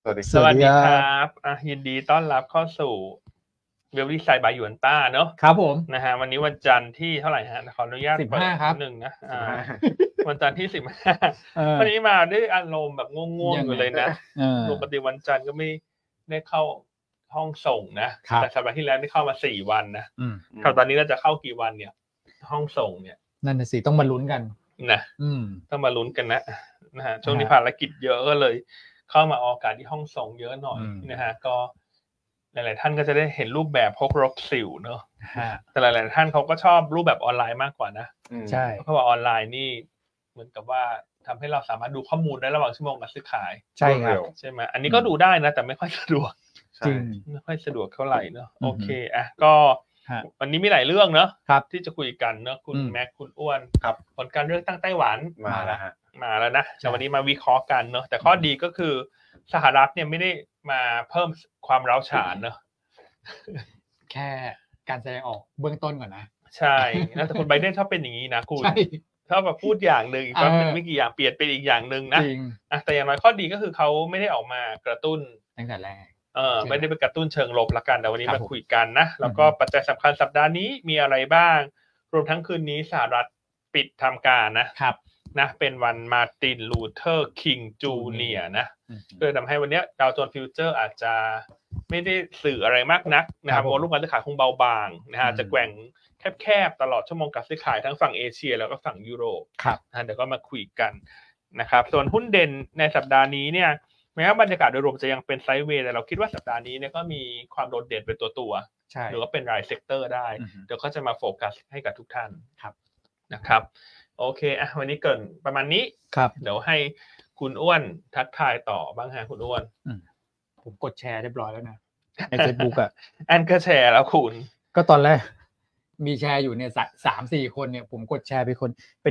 สวัสดีครับยินดีต้อนรับเข้าสู่เวลลี่ไซด์บายหยวนต้าเนอะครับผมนะฮะวันนี้วันจันทร์ที่เท่าไหร่ฮะขออนุญาต 15ครับ 1นะวันจันทร์ที่15วันนี้มาด้วยอารมณ์แบบง่วงๆอยู่เลยนะปกติวันจันทร์ก็ไม่ได้เข้าห้องส่งนะแต่สัปดาห์ที่แล้วได้เข้ามา4วันนะตอนนี้เราจะเข้ากี่วันเนี่ยห้องส่งเนี่ยนั่นน่ะสิต้องมาลุ้นกันนะต้องมาลุ้นกันนะฮะช่วงนี้ภารกิจเยอะก็เลยเข้ามาออกอากาศที่ห้องส่งเยอะหน่อยนะฮะก็หลายๆท่านก็จะได้เห็นรูปแบบพกรกสิวเนอะแต่หลายๆท่านเขาก็ชอบรูปแบบออนไลน์มากกว่านะใช่เพราะว่าออนไลน์นี่เหมือนกับว่าทำให้เราสามารถดูข้อมูลได้ระหว่างชั่วโมงการซื้อขายใช่ครับใช่ไหมอันนี้ก็ดูได้นะแต่ไม่ค่อยสะดวกจริงไม่ค่อยสะดวกเท่าไหร่เนอะโอเคก็วันนี้มีหลายเรื่องเนอะที่จะคุยกันเนอะคุณแม็กคุณอ้วนผลการเลือกตั้งไต้หวันมาแล้วนะแต่วันนี้มาวิเคราะห์กันเนอะแต่ข้อดีก็คือสหรัฐเนี่ยไม่ได้มาเพิ่มความร้าวฉานเนอะแค่การแสดงออกเบื้องต้นก่อนนะใช่แล้วแต่คุณไบเดนชอบเป็นอย่างนี้นะคุณชอบแบบพูดอย่างนึงอีกแป๊บนึงไม่กี่อย่างเปลี่ยนเป็นอีกอย่างนึงนะแต่อย่างน้อยข้อดีก็คือเขาไม่ได้ออกมากระตุ้นตั้งแต่แรกไม่ได้ไปกระตุ้นเชิงลบละกันแต่วันนี้มาคุยกันนะแล้วก็ปัจจัยสำคัญสัปดาห์นี้มีอะไรบ้างรวมทั้งคืนนี้สหรัฐปิดทำการนะเป็นวันมาร์ตินลูเทอร์คิงจูเนียร์นะก็เลยทำให้วันนี้ดาวโจนส์ฟิวเจอร์อาจจะไม่ได้สื่ออะไรมากนักนะครับวอลุ่มการซื้อขายคงเบาบางนะฮะจะแกว่งแคบๆตลอดชั่วโมงการซื้อขายทั้งฝั่งเอเชียแล้วก็ฝั่งยุโรปนะเดี๋ยวก็มาคุยกันนะครับส่วนหุ้นเด่นในสัปดาห์นี้เนี่ยแม้ว่าบรรยากาศโดยรวมจะยังเป็นไซด์เวย์แต่เราคิดว่าสัปดาห์นี้เนี่ยก็มีความโดดเด่นเป็นตัวหรือว่าเป็นรายเซกเตอร์ได้เดี๋ยวก็จะมาโฟกัสให้กับทุกท่านนะครับโอเควันนี้เกินประมาณนี้เดี๋ยวให้คุณอ้วนทักทายต่อบ้างฮะคุณอ้วนผมกดแชร์เรียบร้อยแล้วนะใน Facebook อันก็แชร์แล้วคุณก็ตอนแรกมีแชร์อยู่เนี่ย 3-4 คนเนี่ยผมกดแชร์ไปคนเป็น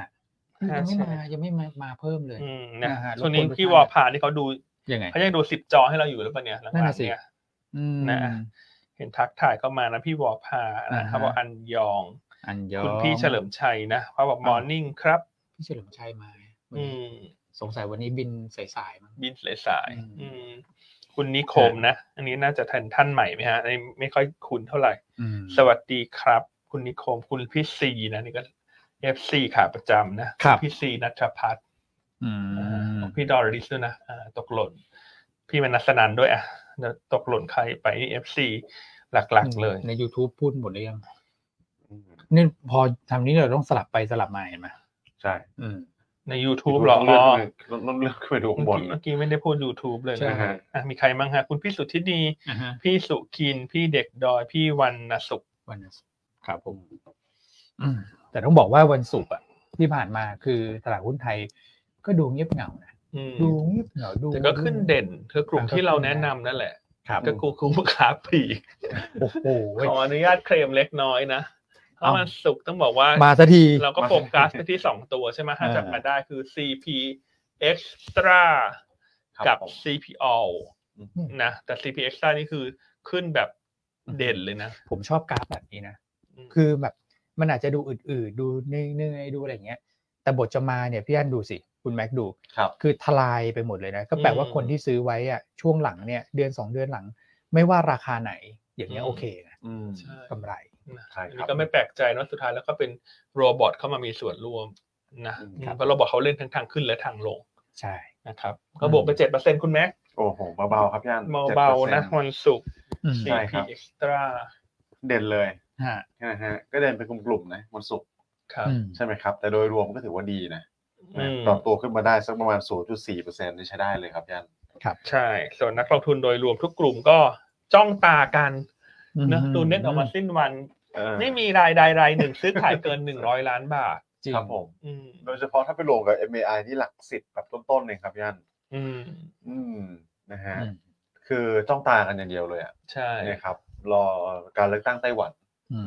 5ยังไม่มาเพิ่มเลยนะฮะช่วงนี้พี่วอพาที่เขาดูยังไงเขายังดู10จอให้เราอยู่หรือเปล่าเนี่ยหลังๆเนี่ยนะเห็นทักถ่ายเข้ามานะพี่วอพานะครับบอกอันยองคุณพี่เฉลิมชัยนะเขาบอกมอร์นิ่งครับพี่เฉลิมชัยมาสงสัยวันนี้บินสายๆมั้งบินสายคุณนิคมนะอันนี้น่าจะท่านใหม่ไหมฮะไม่ค่อยคุ้นเท่าไหร่สวัสดีครับคุณนิคมคุณพี่ซีนะนี่ก็ FC ขาประจำนะพี่ซีณัฐพัฒน์พี่ดอริสด้วยนะตกหล่นพี่มนัสนันด้วยตกหล่นใครไปนี่ FC หลักๆเลยใน YouTube พูดหมดเลยยังนี่พอทำนี้เราต้องสลับไปสลับมาเห็นไหมใช่ใน YouTube หรอต้องเลือกไปดูข้างบนเมื่อกี้ไม่ได้พูด YouTube เลยนะมีใครบ้างฮะคุณพี่สุทธิดีพี่สุคินพี่เด็กดอยพี่วรรณสุขครับผมแต่ต้องบอกว่าวันศุกร์ที่ผ่านมาคือตลาดหุ้นไทยก็ดูเงียบเหงานะดูเงียบเหงาดูแต่ก็ขึ้นเด่นคือกลุ่มที่เราแนะนำนั่นแหละก็คุ้มค่าปีกขออนุญาตเคลมเล็กน้อยนะเพราะมันศุกร์ต้องบอกว่ามาสักทีเราก็โฟกัสไปที่2ตัวใช่ไหมถ้าจับมาได้คือ CP Extra กับ CPO นะแต่ CP Extra นี่คือขึ้นแบบเด่นเลยนะผมชอบกราฟแบบนี้นะคือแบบมันอาจจะดูอืดๆดูเนื่อยๆดูอะไรอย่างเงี้ยแต่บทจะมาเนี่ยพี่อั้นดูสิคุณแม็กดูคือทลายไปหมดเลยนะก็แปลว่าคนที่ซื้อไว้ช่วงหลังเนี่ยเดือน2เดือนหลังไม่ว่าราคาไหนอย่างเงี้ยโอเคนะกำไรนี่ก็ไม่แปลกใจเนาะสุดท้ายแล้วก็เป็นโรบอทเข้ามามีส่วนร่วมนะเพราะโรบอทเขาเล่นทั้งทางขึ้นและทางลงใช่นะครับก็บวกไป 7% คุณแม็กโอ้โหเบาๆครับย่านเบาๆนะวันศุกร์ CP Extra เด่นเลยนะฮะก็เด่นเป็นกลุ่มๆนะวันศุกร์ใช่ไหมครับแต่โดยรวมก็ถือว่าดีนะปรับตัวขึ้นมาได้สักประมาณ 0.4% นี่ใช้ได้เลยครับย่านครับใช่ส่วนนักลงทุนโดยรวมทุกกลุ่มก็จ้องตากันนะดูเน็ตออกมาสิ้นวันไม่มีรายใดรายหนึ่งซื้อขายเกิน100ล้านบาทครับผมโดยเฉพาะถ้าไปรวมกับ MAI ที่หลัก10แบบต้นๆเองครับย่านนะฮะคือจ้องตากันอย่างเดียวเลยใช่นะครับรอการเลือกตั้งไต้หวัน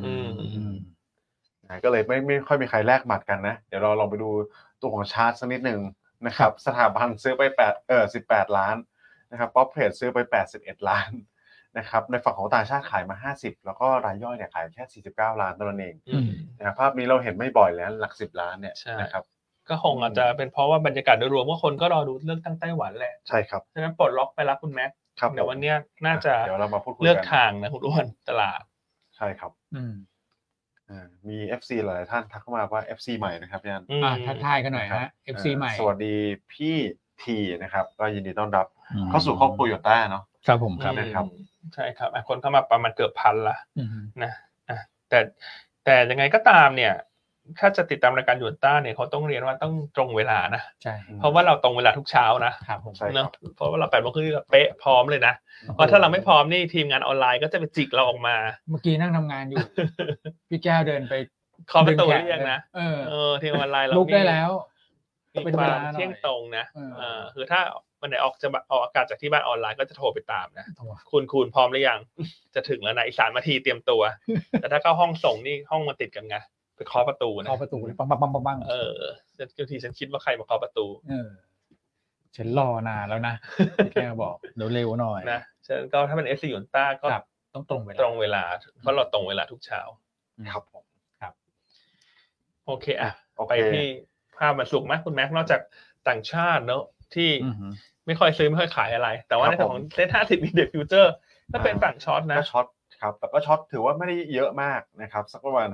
ก็เลยไม่ค่อยมีใครแลกหมัดกันนะเดี๋ยวเราลองไปดูตัวของชาร์ตสักนิดนึงนะครับสถาบันซื้อไป18ล้านนะครับป๊อปเทรดซื้อไป81ล้านนะครับในฝั่งของต่างชาติขายมา50แล้วก็รายย่อยเนี่ยขายแค่49ล้านเท่านั้นเองนะครับภาพนี้เราเห็นไม่บ่อยแล้วหลัก10ล้านเนี่ยนะครับก็คงอาจจะเป็นเพราะว่าบรรยากาศโดยรวมว่าคนก็รอดูเลือกตั้งไต้หวันแหละใช่ครับฉะนั้นปลดล็อกไปแล้วคุณแม็กเดี๋ยววันนี้น่าจะเดี๋ยวเรามาพูดคุยกันเลือกทางนะคุณอ้วนตลาดใช่ครับมี FC หลายท่านทักเข้ามาว่า FC ใหม่นะครับพี่อันทักทายกันหน่อยฮะ FC ใหม่สวัสดีพี่ทีนะครับก็ยินดีต้อนรับเข้าสู่ครอบครัวโยต้าเนาะครับผมครับนะครับใช่ครับคนเข้ามาประมาณเกือบพันละนะแต่ยังไงก็ตามเนี่ยถ้าจะติดตามรายการโยต้าเนี่ยเขาต้องเรียนว่าต้องตรงเวลานะใช่เพราะว่าเราตรงเวลาทุกเช้านะครับเนาะเพราะว่าเรา8 โมงครึ่งเป๊ะพร้อมเลยนะเพราะถ้าเราไม่พร้อมนี่ทีมงานออนไลน์ก็จะไปจิกเราออกมาเมื่อกี้นั่งทำงานอยู่พี่แก้วเดินไปเคาะประตูเรียกนะทีมออนไลน์เราลุกได้แล้วเป็นเวลาเที่ยงตรงนะคือถ้าวันไหนออกอากาศจากที่บ้านออนไลน์ก็จะโทรไปตามนะคุณพร้อมหรือยังจะถึงแล้วนะอีก3 นาทีเตรียมตัวแต่ถ้าเข้าห้องส่งนี่ห้องมันติดกันไงไปเคาะประตูนะเคาะประตูเลยปังบางบางทีฉันคิดว่าใครมาเคาะประตูฉันรอนานแล้วนะแค่บอกเร็วหน่อยนะฉะนั้นก็ถ้าเป็น FC ยูนต้าก็ต้องตรงเวลาเพราะเราตรงเวลาทุกเช้าครับผมครับโอเคไปที่ภาพมันสุกไหมคุณแม็กนอกจากต่างชาติเนอะที่ไม่ค่อยซื้อไม่ค่อยขายอะไรแต่ว่าในของเซ็ต50 Index Future ก็เป็นฝั่งช็อตนะช็อตครับแต่ก็ช็อตถือว่าไม่ได้เยอะมากนะครับสักประมาณ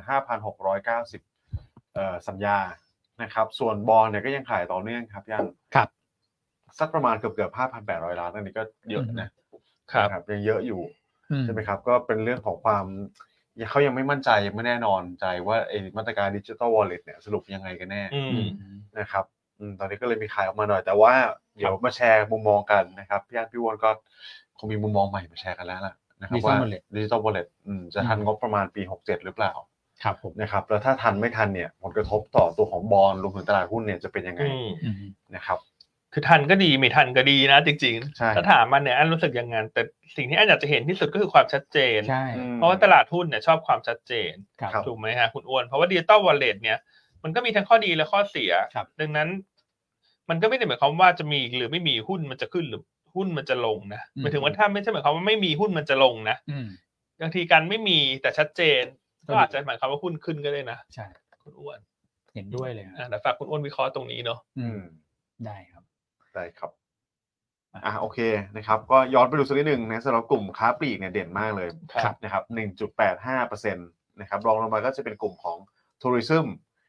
5,690 สัญญานะครับส่วนบอนด์เนี่ยก็ยังขายต่อเนื่องครับยังครับสักประมาณเกือบ 5,800 ล้านอันนี้ก็เยอะนะครับยังเยอะอยู่ใช่ไหมครับก็เป็นเรื่องของความเขายังไม่มั่นใจยังไม่แน่นอนใจว่าไอ้มาตรการ Digital Wallet เนี่ยสรุปยังไงกันแน่นะครับตอนนี้ก็เลยมีขายออกมาหน่อยแต่ว่าเดี๋ยวมาแชร์มุมมองกันนะครับพี่อันพี่วอนก็คงมีมุมมองใหม่มาแชร์กันแล้วล่ะนะครับว่า Digital Wallet จะทันงบประมาณปี67หรือเปล่าครับผมนะครับแล้วถ้าทันไม่ทันเนี่ยผลกระทบต่อตัวของบอนด์รวมถึงตลาดหุ้นเนี่ยจะเป็นยังไงนะครับคือทันก็ดีไม่ทันก็ดีนะจริงๆถ้าถามมันเนี่ยอันรู้สึกยังไงแต่สิ่งที่อันอยากจะเห็นที่สุดก็คือความชัดเจนเพราะว่าตลาดหุ้นเนี่ยชอบความชัดเจนถูกไหมฮะคุณอ้วนเพราะว่า Digital Wallet เนี่ยมันก็มีทั้งข้อดีและข้อเสียดังนั้นมันก็ไม่ได้หมายความว่าจะมีหรือไม่มีหุ้นมันจะขึ้นหรือหุ้นมันจะลงนะหมายถึงว่าถ้าไม่ใช่หมายความว่าไม่มีหุ้นมันจะลงนะบางทีการไม่มีแต่ชัดเจนก็อาจจะหมายความว่าหุ้นขึ้นก็ได้นะใช่คุณอ้วนเห็นด้วยเลยแต่ฝากคุณอ้วนวิเคราะห์ตรงนี้เนาะได้ครับได้ครับโอเคนะครับก็ย้อนไปดูสักนิดนึงนะสำหรับกลุ่มค้าปลีกเนี่ยเด่นมากเลยนะครับ 1.85% นะครับรองลงมาก็จะเป็นกลุ่มของทัวริซึม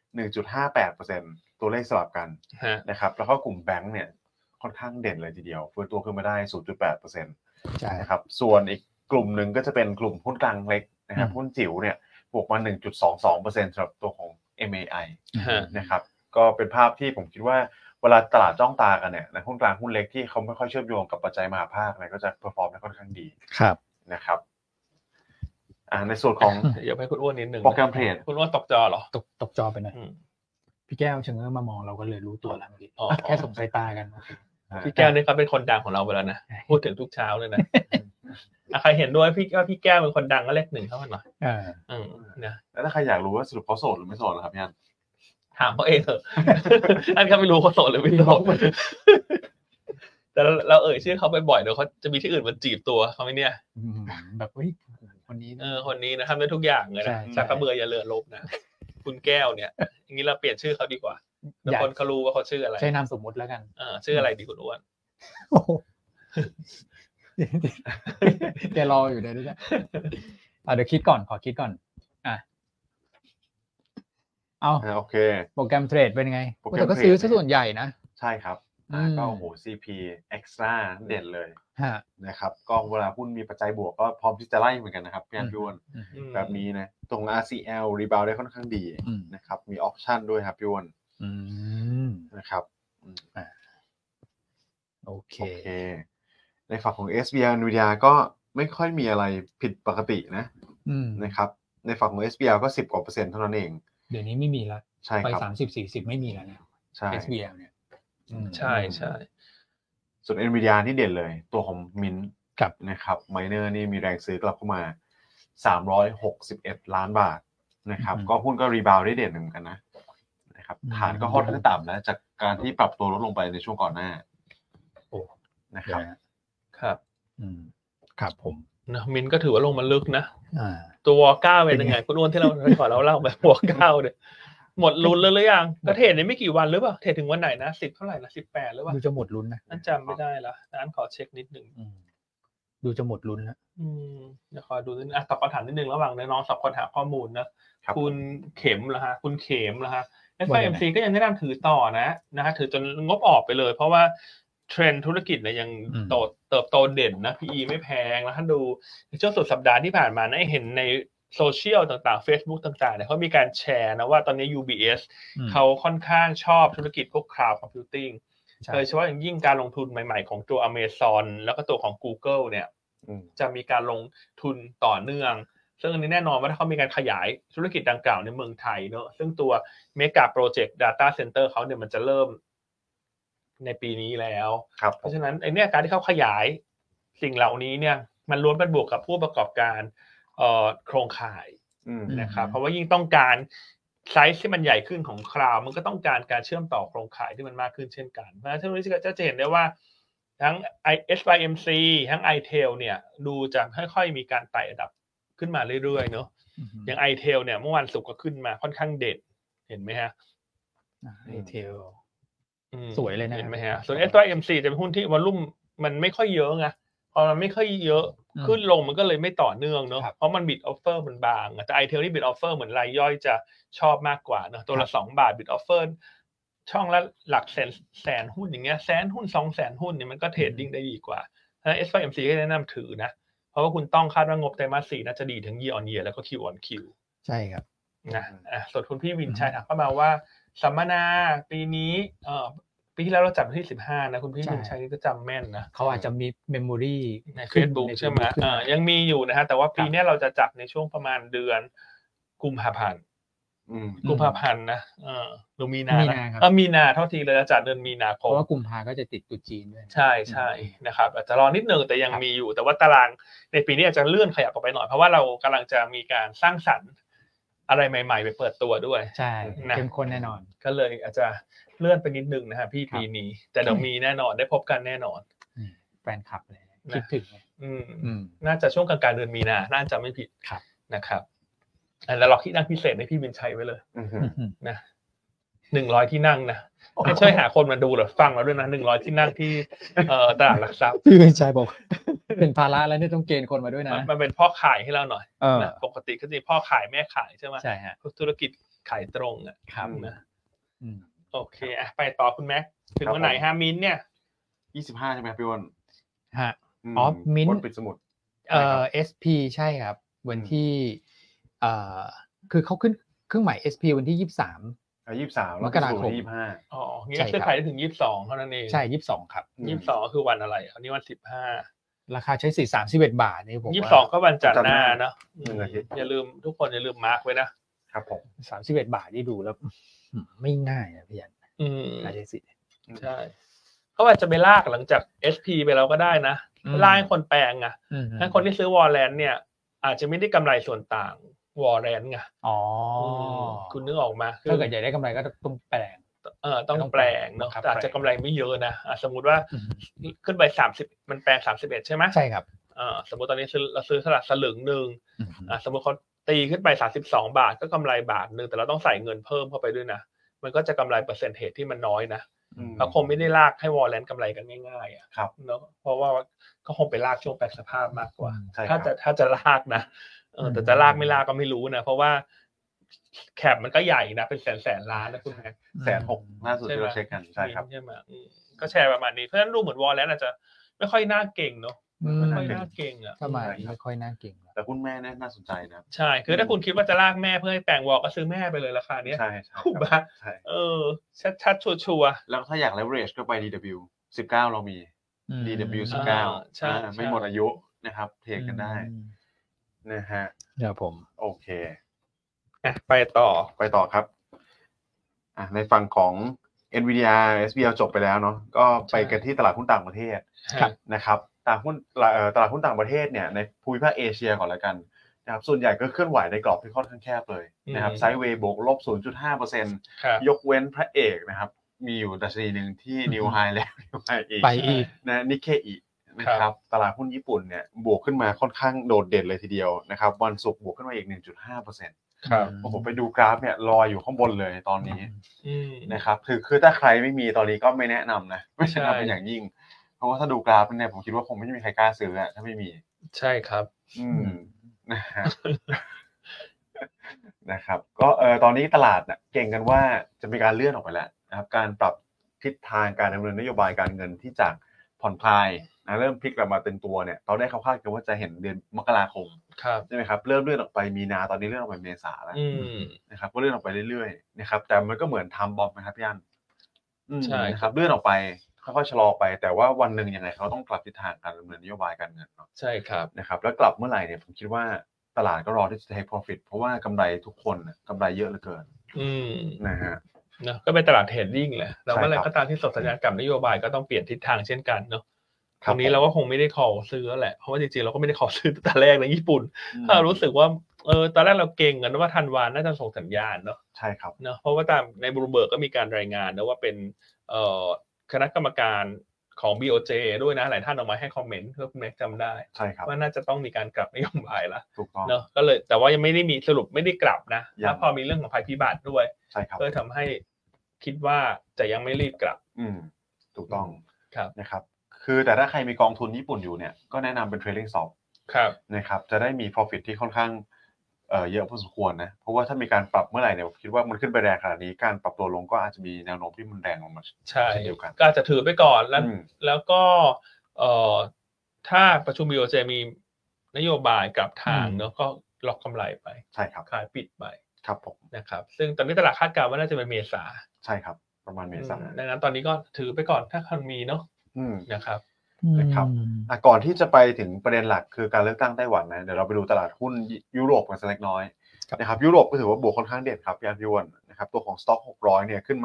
1.58% ตัวเลขสลับกันนะครับแล้วก็กลุ่มแบงค์เนี่ยค่อนข้างเด่นเลยทีเดียวฟื้นตัวขึ้นมาได้ 0.8% นะครับส่วนอีกกลุ่มหนึ่งก็จะเป็นกลุ่มหุ้นกลางเล็กนะครับหุ้นจิ๋วเนี่ยบวกมา 1.22% สำหรับตัวของ MAI นะครับก็เป็นภาพที่ผมคิดว่าเวลาตลาดจ้องตากันเนี่ยนะหุ้นกลางหุ้นเล็กที่เขาไม่ค่อยเชื่อมโยงกับปัจจัยมหาภาคเนี่ยก็จะเพอร์ฟอร์มได้ค่อนข้างดีครับนะครับในส่วนของเดี๋ยวให้คุณอ้วนนิดนึงโปรแกรมเทรดคุณอ้วนตกจอเหรอตกจอไปนะพี่แก้วเชิงมามองเราก็เลยรู้ตัวแล้วแค่สงสัยตากันพี่แก้วนี่เขาเป็นคนดังของเราไปแล้วนะพูดถึงทุกเช้าเลยนะใครเห็นด้วยพี่แก้วเป็นคนดังก็เลข1เข้ามาหน่อยนะแล้วถ้าใครอยากรู้ว่าสรุปเขาโสดหรือไม่โสดครับพี่อันถามเขาเองเถอะอันเขาไม่รู้เขาโสดหรือไม่โสดแต่เราชื่อเขาบ่อยๆเดี๋ยวเขาจะมีที่อื่นมาจีบตัวเขาไหมเนี่ยแบบคนนี้คนนี้นะทำได้ทุกอย่างเลยนะจากกระเบืออย่าเลือลบนะคุณแก้วเนี่ยอย่างนี้เราเปลี่ยนชื่อเขาดีกว่าแล้วคนเขารู้ว่าเขาชื่ออะไรใช้นามสมมติแล้วกันชื่ออะไรดีคุณอ้วนแกรออยู่เลยด้วยเดี๋ยวคิดก่อนขอคิดก่อนโอเคโปรแกรมเทรดเป็นไงแต่ก็ซื้อซะส่วนใหญ่นะใช่ครับก็โอ้โห CP Extra เด่นเลยนะครับก็เวลาหุ้นมีปัจจัยบวกก็พร้อมที่จะไล่เหมือนกันนะครับพี่อันพี่อ้วนแบบนี้นะตรง RCL รีบาวได้ค่อนข้างดีนะครับมีออปชั่นด้วยครับพี่อ้วนนะครับโอเคในฝั่งของ SBL Nvidia ก็ไม่ค่อยมีอะไรผิดปกตินะครับในฝั่งของ SBL ก็10%เท่านั้นเองเดี๋ยวนี้ไม่มีแล้วไป 30-40ไม่มีแล้วนะ SBL เนี่ยใช่ส่วน Nvidia ที่เด่นเลยตัวของ Mint นะครับ Miner นี่มีแรงซื้อกลับเข้ามา361ล้านบาทนะครับก็หุ้นก็รีบาวได้เด่นเหมือนกันนะครับฐานก็ค่อนข้างต่ำนะจากการที่ปรับตัวลดลงไปในช่วงก่อนหน้านะครับครับผมนะมินก็ถือว่าลงมาลึกนะตัววอ9เป็นยังไงคุณอ้วนที่เราขอเล่าแบบวอ9เนี่ยหมดลุ้นเลยหรือยังก็เทรดในไม่กี่วันหรือเปล่าเทรดถึงวันไหนนะ10เท่าไหร่นะ18หรือเปล่าดูจะหมดลุ้นนะนั่นจำไม่ได้ละงั้นขอเช็คนิดนึงดูจะหมดลุ้นแล้วเดี๋ยวขอดูนิดนึงตอบคำถามนิดนึงระหว่างน้อง2คนหาข้อมูลนะคุณเข็มเหรอฮะคุณเข็มเหรอฮะ FIMC ก็ยังแนะนำถือต่อนะฮะถือจนงบออกไปเลยเพราะว่าเทรนด์ธุรกิจเนี่ยยังเติบโตเด่นนะ PE ไม่แพงแล้วถ้าดูในช่วงสุดสัปดาห์ที่ผ่านมาเห็นในโซเชียลต่างๆ Facebook ต่างๆเนี่ยเขามีการแชร์นะว่าตอนนี้ UBS เขาค่อนข้างชอบธุรกิจพวก Cloud Computing โดยเฉพาะอย่างยิ่งการลงทุนใหม่ๆของตัว Amazon แล้วก็ตัวของ Google เนี่ยจะมีการลงทุนต่อเนื่องซึ่งอันนี้แน่นอนว่าถ้าเขามีการขยายธุรกิจดังกล่าวในเมืองไทยเนอะซึ่งตัว Mega Project Data Center เขาเนี่ยมันจะเริ่มในปีนี้แล้วเพราะฉะนั้นไอ้เนี่ยการที่เขาขยายสิ่งเหล่านี้เนี่ยมันล้วนเป็นบวกกับผู้ประกอบการโครงข่ายนะครับเพราะว่ายิ่งต้องการไซส์ที่มันใหญ่ขึ้นของคลาวด์มันก็ต้องการการเชื่อมต่อโครงข่ายที่มันมากขึ้นเช่นกันเพราะฉะนั้นที่จะเห็นได้ว่าทั้ง SYMC ทั้ง iTel เนี่ยดูจะค่อยๆมีการไต่ระดับขึ้นมาเรื่อยๆเนาะอย่าง iTel เนี่ยเมื่อวันศุกร์ก็ขึ้นมาค่อนข้างเด่นเห็นไหมฮะ iTel สวยเลยนะเห็นไหมฮะส่วน SYMC จะเป็นหุ้นที่วอลุ่มมันไม่ค่อยเยอะไงพอมันไม่ค่อยเยอะขึ้นลงมันก็เลยไม่ต่อเนื่องเนาะเพราะมันบิดออฟเฟอร์มันบางแต่ iTel นี่บิดออฟเฟอร์เหมือนรายย่อยจะชอบมากกว่าเนาะตัวละ2บาทบิดออฟเฟอร์ช่องละหลักแสนหุ้นอย่างเงี้ยแสนหุ้น 200,000 หุ้นเนี่ยมันก็เทรดดิ้งได้ดีกว่าเพราะฉะนั้น SYMC ก็แนะนำถือนะเพราะว่าคุณต้องคาดว่างบไตรมาส 4น่าจะดีทั้ง year on year แล้วก็ Q on Q ใช่ครับนะส่วนคุณพี่วินชัยถามเข้ามาว่าสัมมนาปีนี้ปีที่แล้วเราจัดวันที่15นะคุณพี่วินชัยนี่ก็จำแม่นนะเขาอาจจะมีเมมโมรีใน Facebook ใช่ไหมยังมีอยู่นะฮะแต่ว่าปีนี้เราจะจัดในช่วงประมาณเดือนกุมภาพันธ์นะหรือมีนามีนาเท่าทีเลยจะจัดเดือนมีนาคมเพราะว่ากุมภาก็จะติดตุจีนด้วยใช่นะครับอาจจะรอนิดนึงแต่ยังมีอยู่แต่ว่าตารางในปีนี้อาจจะเลื่อนขยับออกไปหน่อยเพราะว่าเรากำลังจะมีการสร้างสรรค์อะไรใหม่ๆไปเปิดตัวด้วยใช่เข้มข้นแน่นอนก็เลยอาจจะเลื่อนไปนิดนึงนะฮะพี่ปีนี้แต่เดี๋ยวมีแน่นอนได้พบกันแน่นอนแฟนคลับเลยคิดถึงน่าจะช่วงกลางๆเดือนมีนาน่าจะไม่ผิดนะครับแล้วล็อกที่นั่งพิเศษให้พี่บินชัยไว้เลยนะ100ที่นั่งนะให้ช่วยหาคนมาดูหรือฟังเราด้วยนะ100ที่นั่งที่ตลาดหลักทรัพย์พี่บินชัยบอกเป็นภาระแล้วเนี่ยต้องเกณฑ์คนมาด้วยนะมันเป็นพ่อขายให้เราหน่อยนะปกติก็จะมีพ่อขายแม่ขายใช่ไหมใช่ฮะธุรกิจขายตรงอ่ะครับนะโอเคไปต่อคุณแม็กถึงวันไหนฮะมิ้นเนี่ย 25ใช่ไหมพี่อ้นฮะมิ้นปิดสมุด SP ใช่ครับวันที่คือเขาขึ้นเครื่องหมาย SP วันที่23 มกราคมอ๋องี้ซื้อขายได้ถึง22เท่านั้นเองใช่22ครับ 22ก็คือวันอะไรอันนี้วัน15 ราคาใช้สิทธิ์31 บาทนี่ผมว่า22ก็วันจันทร์หน้าเนาะอย่าลืมทุกคนอย่าลืมมาร์คไว้นะครับผม 31 บาทนี่ดูแล้วไม่ง่ายนะพี่ยันใช้สิทธิ์ใช่เขาอาจจะไปลากหลังจาก SP ไปแล้วก็ได้นะลากให้คนแปลงอ่ะให้คนที่ซื้อวอลเลนเนี่ยอาจจะไม่ได้กำไรส่วนต่างวอลเลนไงคุณนึกออกมาถ้าเกิดอยากได้กำไรก็ต้องแปลงต้องแปลงเนาะอาจจะกำไรไม่เยอะนะสมมุติว่าขึ้นไป30มันแปลง31ใช่ไหมใช่ครับสมมุติตอนนี้เราซื้อสลึงนึงสมมุติเขาตีขึ้นไป32 บาทก็กำไรบาทนึงแต่เราต้องใส่เงินเพิ่มเข้าไปด้วยนะมันก็จะกำไรเปอร์เซ็นต์เทรดที่มันน้อยนะเขาคงไม่ได้ลากให้วอลเลนกำไรกันง่ายๆอ่ะเนาะเพราะว่าก็คงไปลากช่วงแปรสภาพมากกว่าถ้าจะลากนะแต่จะลากไม่ลากก็ไม่รู้นะเพราะว่าแคปมันก็ใหญ่นะเป็นแสนล้านนะคุณแม่ 160,000ล่าสุดที่เราเช็คกันใช่ครับใช่ไหมก็แชร์ประมาณนี้เพราะฉะนั้นดูเหมือนวอลเลนอาจจะไม่ค่อยน่าเก่งเนาะไม่ค่อยน่าเก่งอ่ะประมาณไม่ค่อยน่าเก่งแต่คุณแม่น่าสนใจนะใช่คือถ้าคุณคิดว่าจะลากแม่เพื่อให้แปลงวอลก็ซื้อแม่ไปเลยราคาเนี้ยใช่ถูกป่ะชัดชัวร์แล้วถ้าอยาก leverage ก็ไป DW 19เรามี DW 19ใช่ไม่หมดอายุนะครับเทรดกันได้นะฮะครับผมโอเคไปต่อครับในฝั่งของ Nvidia SBL จบไปแล้วเนาะก็ไปกันที่ตลาดหุ้นต่างประเทศนะครับตลาดหุ้นต่างประเทศเนี่ยในภูมิภาคเอเชียก่อนละกันนะครับส่วนใหญ่ก็เคลื่อนไหวในกรอบที่ค่อนข้างแคบเลยนะครับไซด์เวย์บวกลบ 0.5% ยกเว้นพระเอกนะครับมีอยู่ดัชนีนึงที่นิวไฮแล้วนิวไฮไปอีกนะนิเคอินะครับตลาดหุ้นญี่ปุ่นเนี่ยบวกขึ้นมาค่อนข้างโดดเด่นเลยทีเดียวนะครับวันศุกร์บวกขึ้นมาอีก 1.5% ครับโอ้โหไปดูกราฟเนี่ยลอยอยู่ข้างบนเลยตอนนี้นะครับคือถ้าใครไม่มีตอนนี้ก็ไม่แนะนำนะไม่แนะนำเป็นอย่างยิ่งเพราะว่าถ้าดูกราฟเนี่ยผมคิดว่าคงไม่มีใครกล้าซื้อถ้าไม่มีใช่ครับนะฮะนะครับก็ตอนนี้ตลาดเก่งกันว่าจะมีการเลื่อนออกไปแล้วนะครับการปรับทิศทางการดำเนินนโยบายการเงินที่จากผ่อนคลายเริ่มพลิกกลับมาเป็นตัวเนี่ยเราได้คาดกันว่าจะเห็นเดือนมกราคมใช่ไหมครับเริ่มเลื่อนออกไปมีนาตอนนี้เลื่อนออกไปเมษาแล้วนะครับก็เลื่อนออกไปเรื่อยๆนะครับแต่มันก็เหมือนทำบอมนะครับพี่อั้นใช่ครับเลื่อนออกไปค่อยๆชะลอไปแต่ว่าวันหนึ่งยังไงเขาต้องกลับทิศทางการดำเนินนโยบายการเงินเนาะใช่ครับนะครับแล้วกลับเมื่อไหร่เนี่ยผมคิดว่าตลาดก็รอที่จะ take profit เพราะว่ากำไรทุกคนกำไรเยอะเหลือเกินนะฮะก็เป็นตลาดเทรดดิ้งแหละแล้วเมื่อไหร่ก็ตามที่ส่งสัญญาณกลับนโยบายก็ต้องเปลี่ยนทิศทางเช่นกันเนาะตรงนี้เราก็คงไม่ได้คอซื้อแหละเพราะว่าจริงๆเราก็ไม่ได้คอซื้อตั้งแต่แรกในญี่ปุ่นถ้ารู้สึกว่าตอนแรกเราเก่งกันว่าธันวาน่าจะส่งสัญญาณเนาะใช่ครับเนาะเพราะว่าตามในบลูเบิร์กก็มีการรายงานนะว่าเป็นคณะกรรมการของ BOJ ด้วยนะหลายท่านออกมาให้คอมเมนต์เพื่อคุณแม็กจำได้ว่าน่าจะต้องมีการกลับนโยบายแล้วเนาะก็เลยแต่ว่ายังไม่ได้มีสรุปไม่ได้กลับนะแล้วพอมีเรื่องของภัยพิบัติด้วยก็ทำให้คิดว่าจะยังไม่รีบกลับถูกต้องครับนะครับคือแต่ถ้าใครมีกองทุนญี่ปุ่นอยู่เนี่ยก็แนะนำเป็น trailing stop นะครับจะได้มี profit ที่ค่อนข้างเยอะพอสมควรนะเพราะว่าถ้ามีการปรับเมื่อไหร่เนี่ยผมคิดว่ามันขึ้นไปแรงขนาดนี้การปรับตัวลงก็อาจจะมีแนวโน้มที่มันแรงลงมาใช่เดียวกันก็อาจจะถือไปก่อนแล้วก็ถ้าประชุม BOJ มีนโยบายกับทางเนาะก็ล็อกกำไรไปใช่ครับขายปิดไปครับผมนะครับซึ่งตอนนี้ตลาดคาดการณ์ว่าน่าจะเป็นเมษาใช่ครับประมาณเมษาดังนั้นตอนนี้ก็ถือไปก่อนถ้าคันมีเนาะนะครับก่อนที่จะไปถึงประเด็นหลักคือการเลือกตั้งไต้หวันนะเดี๋ยวเราไปดูตลาดหุ้นยุโรปกันสักเล็กน้อยนะครับยุโรปก็ถือว่าบวกค่อนข้างเด่นครับพี่อันพี่วันนะครับตัวของ Stock 600เนี่ยขึ้นมา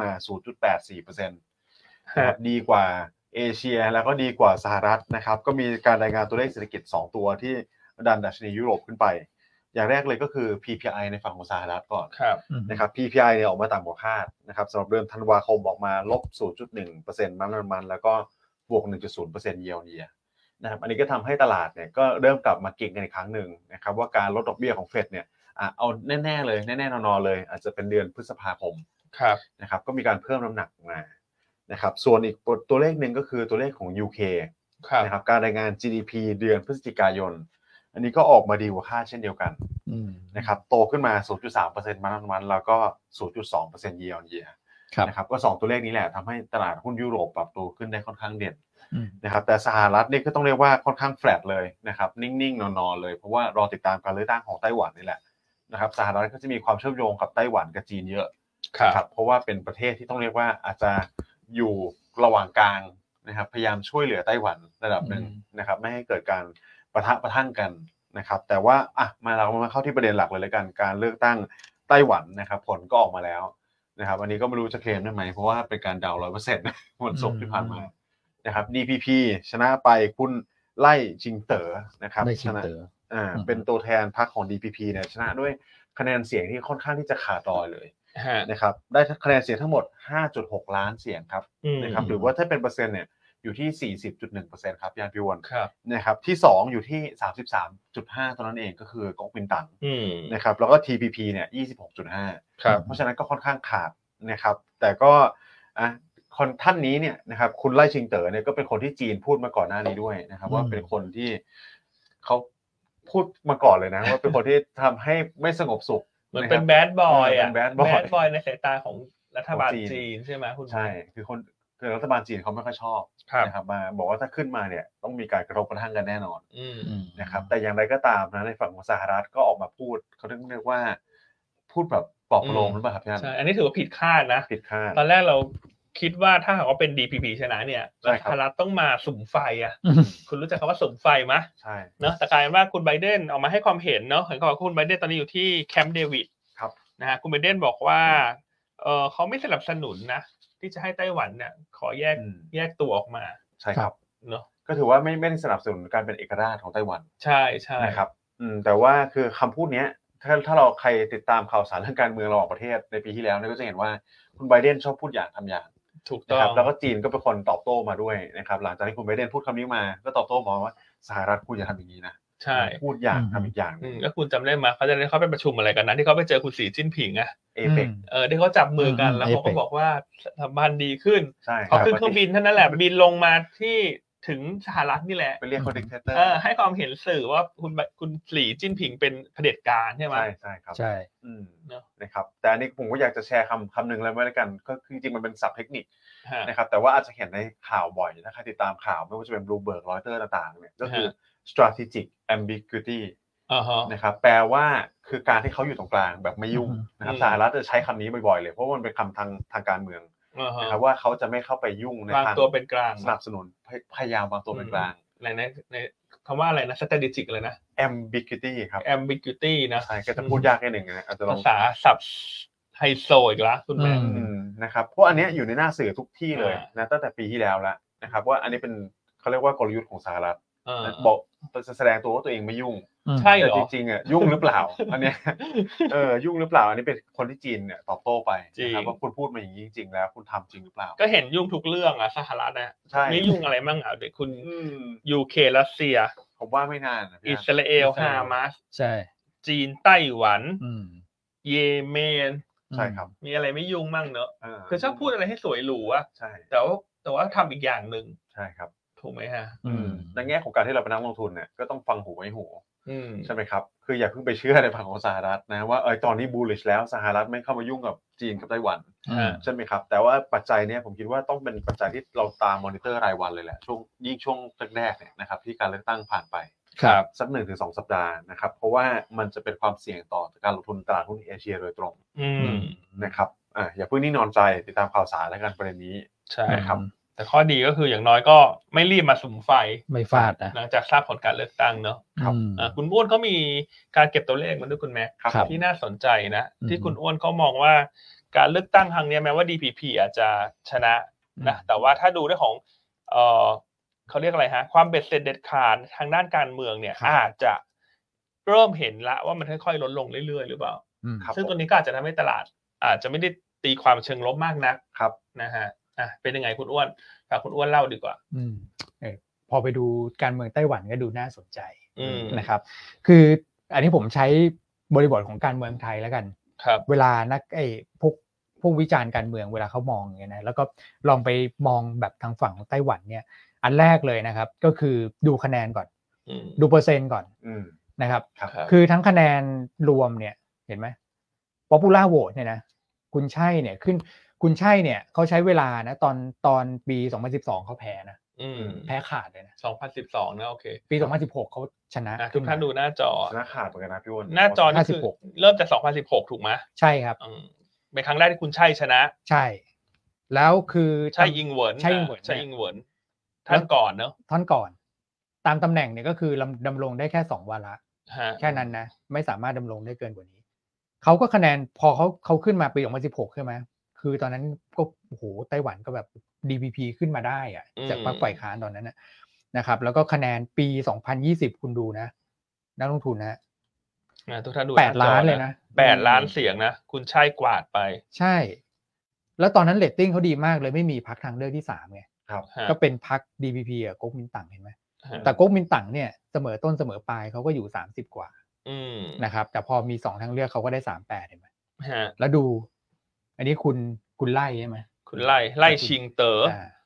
0.84% นะครับดีกว่าเอเชียแล้วก็ดีกว่าสหรัฐนะครับก็มีการรายงานตัวเลขเศรษฐกิจ2ตัวที่ดันดัชนียุโรปขึ้นไปอย่างแรกเลยก็คือ PPI ในฝั่งของสหรัฐก่อนนะครับ PPI เนี่ยออกมาต่ำกว่าคาดนะครับสำหรับเดือนธันวาคมออกมาลบ 0.1% มันแล้วก็บวก 1.0% year on year นะครับอันนี้ก็ทำให้ตลาดเนี่ยก็เริ่มกลับมาเก็งกันอีกครั้งหนึ่งนะครับว่าการลดดอกเบี้ยของเฟดเนี่ยเอาแน่ๆเลยแน่ๆนอนๆเลยอาจจะเป็นเดือนพฤษภาคมนะครับก็มีการเพิ่มน้ำหนักมานะครับส่วนอีกตัวเลขหนึ่งก็คือตัวเลขของ UK นะครับการรายงาน GDP เดือนพฤศจิกายนอันนี้ก็ออกมาดีกว่าคาดเช่นเดียวกันนะครับโตขึ้นมา 0.3% มันแล้วก็ 0.2% year on year นะครับก็2ตัวเลขนี้แหละทำให้ตลาดหุ้นยุโรปปรับตัวขึ้นได้ค่อนข้างเด่นนะครับแต่สหรัฐนี่ก็ต้องเรียกว่าค่อนข้างแฟลตเลยนะครับนิ่งๆนอนๆเลยเพราะว่ารอติดตามการเลือกตั้งของไต้หวันนี่แหละนะครับสหรัฐก็จะมีความเชื่อมโยงกับไต้หวันกับจีนเยอะครับเพราะว่าเป็นประเทศที่ต้องเรียกว่าอาจจะอยู่ระหว่างกลางนะครับพยายามช่วยเหลือไต้หวันระดับหนึ่งนะครับไม่ให้เกิดการปะทะกันนะครับแต่ว่าเรามาเข้าที่ประเด็นหลักเลยแล้วกันการเลือกตั้งไต้หวันนะครับผลก็ออกมาแล้วนะครับอันนี้ก็ไม่รู้จะเคลมได้ไหมเพราะว่าเป็นการเดา 100% วันศุกร์ที่ผ่านมานะครับ DPP ชนะไปคุณไล่ชิงเต๋อนะครับชนะเป็นตัวแทนพรรคของ DPP เนี่ยชนะด้วยคะแนนเสียงที่ค่อนข้างที่จะขาดลอยเลยนะครับได้คะแนนเสียงทั้งหหมด 5.6 ล้านเสียงครับนะครับหรือว่าถ้าเป็นเปอร์เซ็นต์เนี่ยอยู่ที่ 40.1% ครับยานพิวอนนะครับที่2อยู่ที่ 33.5 ตัวนั้นเองก็คือก๊กมินตั๋งนะครับแล้วก็ TPP เนี่ย 26.5 เพราะฉะนั้นก็ค่อนข้างขาดนะครับแต่ก็คนท่านนี้เนี่ยนะครับคุณไล่ชิงเต๋อเนี่ยก็เป็นคนที่จีนพูดมาก่อนหน้านี้ด้วยนะครับว่าเป็นคนที่เขาพูดมาก่อนเลยนะว่าเป็นคนที่ทำให้ไม่สงบสุขเหมือนเป็นแบดบอยแบดบอยในสายตาของรัฐบาลจีนใช่ไหมคุณใช่คือรัฐบาลจีนเขาไม่ค่อยชอบนะครับมาบอกว่าถ้าขึ้นมาเนี่ยต้องมีการกระทบกระทั่งกันแน่นอนนะครับแต่อย่างไรก็ตามนะในฝั่งของสหรัฐก็ออกมาพูดเขาเรียกว่าพูดแบบปลอบประโลมหรือเปล่าครับใช่อันนี้ถือว่าผิดคาดนะผิดคาดตอนแรกเราคิดว่าถ้าหากว่าเป็น DPP ชนะเนี่ยสหรัฐต้องมาสุ่มไฟคุณรู้จักคำว่าสุ่มไฟไหมใช่เนาะแต่กลายเป็นว่าคุณไบเดนออกมาให้ความเห็นเนาะเห็นเขาบอกคุณไบเดนตอนนี้อยู่ที่แคมป์เดวิดนะฮะคุณไบเดนบอกว่าเขาไม่สนับสนุนนะที่จะให้ไต้หวันเนี่ยขอแยกตัวออกมาใช่ครับเนาะก็ถือว่าไม่ได้สนับสนุนการเป็นเอกราชของไต้หวันใช่ใช่นะครับแต่ว่าคือคำพูดนี้ถ้าเราใครติดตามข่าวสารเรื่องการเมืองระหว่างประเทศในปีที่แล้วเนี่ยก็จะเห็นว่าคุณไบเดนชอบพูดอย่างทำอย่างถูกต้องแล้วก็จีนก็เป็นคนตอบโต้มาด้วยนะครับหลังจากที่คุณไบเดนพูดคำนี้มาก็ตอบโต้มาว่าสหรัฐคุณอย่าทำอย่างนี้นะใช่พูดอย่างทำอีกอย่างก็คุณจำได้ไหมเขาจะได้เข้าไปประชุมอะไรกันนะที่เขาไปเจอคุณสีจิ้นผิงอะเอเปกที่เขาจับมือกันแล้วเขาก็บอกว่าสถาบันดีขึ้นเขาขึ้นเครื่องบินเท่านั้นแหละบินลงมาที่ถึงสหรัฐนี่แหละไปเรียกเขาดิกเตอร์ให้ความเห็นสื่อว่าคุณสีจิ้นผิงเป็นเผด็จการใช่ไหมใช่ครับใช่นะครับแต่อันนี้ผมก็อยากจะแชร์คำหนึ่งเลยไว้แล้วกันก็คือจริงๆมันเป็นศัพท์เทคนิคนะครับแต่ว่าอาจจะเห็นในข่าวบ่อยถ้าใครติดตามข่าวไม่ว่าจะเป็น Bloomberg Reuters ต่างๆเนี่ยก็คือ strategic ambiguity นะครับแปลว่าคือการที่เขาอยู่ตรงกลางแบบไม่ยุ่งนะครับสหรัฐจะใช้คำนี้บ่อยๆเลยเพราะมันเป็นคำทางการเมืองนะครับว่าเขาจะไม่เข้าไปยุ่งในทางตัวเป็นกลางสนับสนุนพยายามวางตัวเป็นกลางในคำว่าอะไรนะ strategic เลยนะ ambiguity ครับ ambiguity นะใช่ก็จะพูดยากนิดนึงนะอาจจะลองภาษาศัพท์ไฮโซอีกแล้วคุณแม่นะครับเพราะอันนี้อยู่ในหน้าสื่อทุกที่เลยนะตั้งแต่ปีที่แล้วแล้วนะครับว่าอันนี้เป็นเขาเรียกว่ากลยุทธ์ของสหรัฐบอกจะแสดงตัวว่าตัวเองไม่ยุ่งใช่เหรอจริงๆอ่ะยุ่งหรือเปล่าอันเนี้ยยุ่งหรือเปล่าอันนี้เป็นคนที่จีนเนี่ยตอบโต้ไปนะครับว่าคุณพูดมาอย่างนี้จริงๆแล้วคุณทำจริงหรือเปล่าก็เห็นยุ่งทุกเรื่องอ่ะสหรัฐนะไม่ยุ่งอะไรมั่งอ่ะเด็กคุณยูเครัสเซียผมว่าไม่นานอิสราเอลฮามาสใช่จีนไต้หวันเยเมนใช่ครับมีอะไรไม่ยุ่งมั่งเนอะคือชอบพูดอะไรให้สวยหรูอ่ะใช่แต่ว่าทำอีกอย่างนึงใช่ครับถูกไหมฮะในแง่ของการที่เราเป็นนักลงทุนเนี่ยก็ต้องฟังหูไว้หูใช่ไหมครับคืออย่าเพิ่งไปเชื่อในฝั่งของสหรัฐนะว่าตอนนี้ bullish แล้วสหรัฐไม่เข้ามายุ่งกับจีนกับไต้หวันใช่ไหมครับแต่ว่าปัจจัยเนี่ยผมคิดว่าต้องเป็นปัจจัยที่เราตามมอนิเตอร์รายวันเลยแหละช่วงแรกๆเนี่ยนะครับที่การเลือกตั้งผ่านไปสัก 1-2 สัปดาห์นะครับเพราะว่ามันจะเป็นความเสี่ยงต่อการลงทุนตลาดหุ้นเอเชียโดยตรงนะครับอย่าเพิ่งนิ่งนอนใจติดตามข่าวสารและการประเด็นนี้ใช่นะครับแต่ข้อดีก็คืออย่างน้อยก็ไม่รีบมาสุมไฟไม่ฟาดนะหลังจากทราบผลการเลือกตั้งเนอะคุณอ้วนเขามีการเก็บตัวเลขมาด้วยคุณแม่ที่น่าสนใจนะที่คุณอ้วนเขามองว่าการเลือกตั้งครั้งนี้แม้ว่า DPP อาจจะชนะนะแต่ว่าถ้าดูเรื่องของเขาเรียกอะไรฮะความเบ็ดเสร็จเด็ดขาดทางด้านการเมืองเนี่ยอาจจะเริ่มเห็นละว่ามันค่อยๆลดลงเรื่อยๆหรือเปล่าซึ่งตัวนี้ก็อาจจะทำให้ตลาดอาจจะไม่ได้ตีความเชิงลบมากนักนะฮะเป็นยังไงคุณอ้วนฝากคุณอ้วนเล่าดีกว่าพอไปดูการเมืองไต้หวันก็ดูน่าสนใจนะครับคืออันนี้ผมใช้บริบทของการเมืองไทยแล้วกันเวลานักพวกวิจารณ์การเมืองเวลาเขามองอย่างเงี้ยนะแล้วก็ลองไปมองแบบทางฝั่งของไต้หวันเนี่ยอันแรกเลยนะครับก็คือดูคะแนนก่อนดูเปอร์เซ็นต์ก่อนนะครับคือทั้งคะแนนรวมเนี่ยเห็นไหม Popular Vote เนี่ยนะคุณใช่เนี่ยขึ้นคุณใช่เนี่ยเขาใช้เวลานะตอนปี2012เขาแพ้นะแพ้ขาดเลยนะ 2012นะโอเคปี2016เขาชนะทุกท่านดูหน้าจอชนะขาดเหมือนกันนะพี่อ้นหน้าจอนี่คือเริ่มจาก2016ถูกไหมใช่ครับเป็นครั้งแรกที่คุณใช่ชนะใช่แล้วคือใช่อิงเหวินท่านก่อนเนอะท่านก่อนตามตำแหน่งเนี่ยก็คือดำรงได้แค่2วาระแค่นั้นนะไม่สามารถดำรงได้เกินกว่านี้เขาก็คะแนนพอเขาขึ้นมาปี2016ใช่ไหมคือตอนนั้นก็โอ้โหไต้หวันก็แบบ DPP ขึ้นมาได้อะจากพรรคฝ่ายค้านตอนนั้นนะครับแล้วก็คะแนนปี2020คุณดูนะนักลงทุนนะทุกท่านดู 8 ล้านเลยนะ 8 ล้านเสียงนะคุณใช่กวาดไปใช่แล้วตอนนั้นเรตติ้งเขาดีมากเลยไม่มีพรรคทางเลือกที่3ไงก็เป็นพรรค DPP ก๊กมินตั๋งเห็นไหมแต่ก๊กมินตั๋งเนี่ยเสมอต้นเสมอปลายเขาก็อยู่30กว่านะครับแต่พอมี2ทางเลือกเขาก็ได้38เห็นไหมแล้วดูอันนี้คุณไล่ใช่ไหมคุณไล่ชิงเต๋อ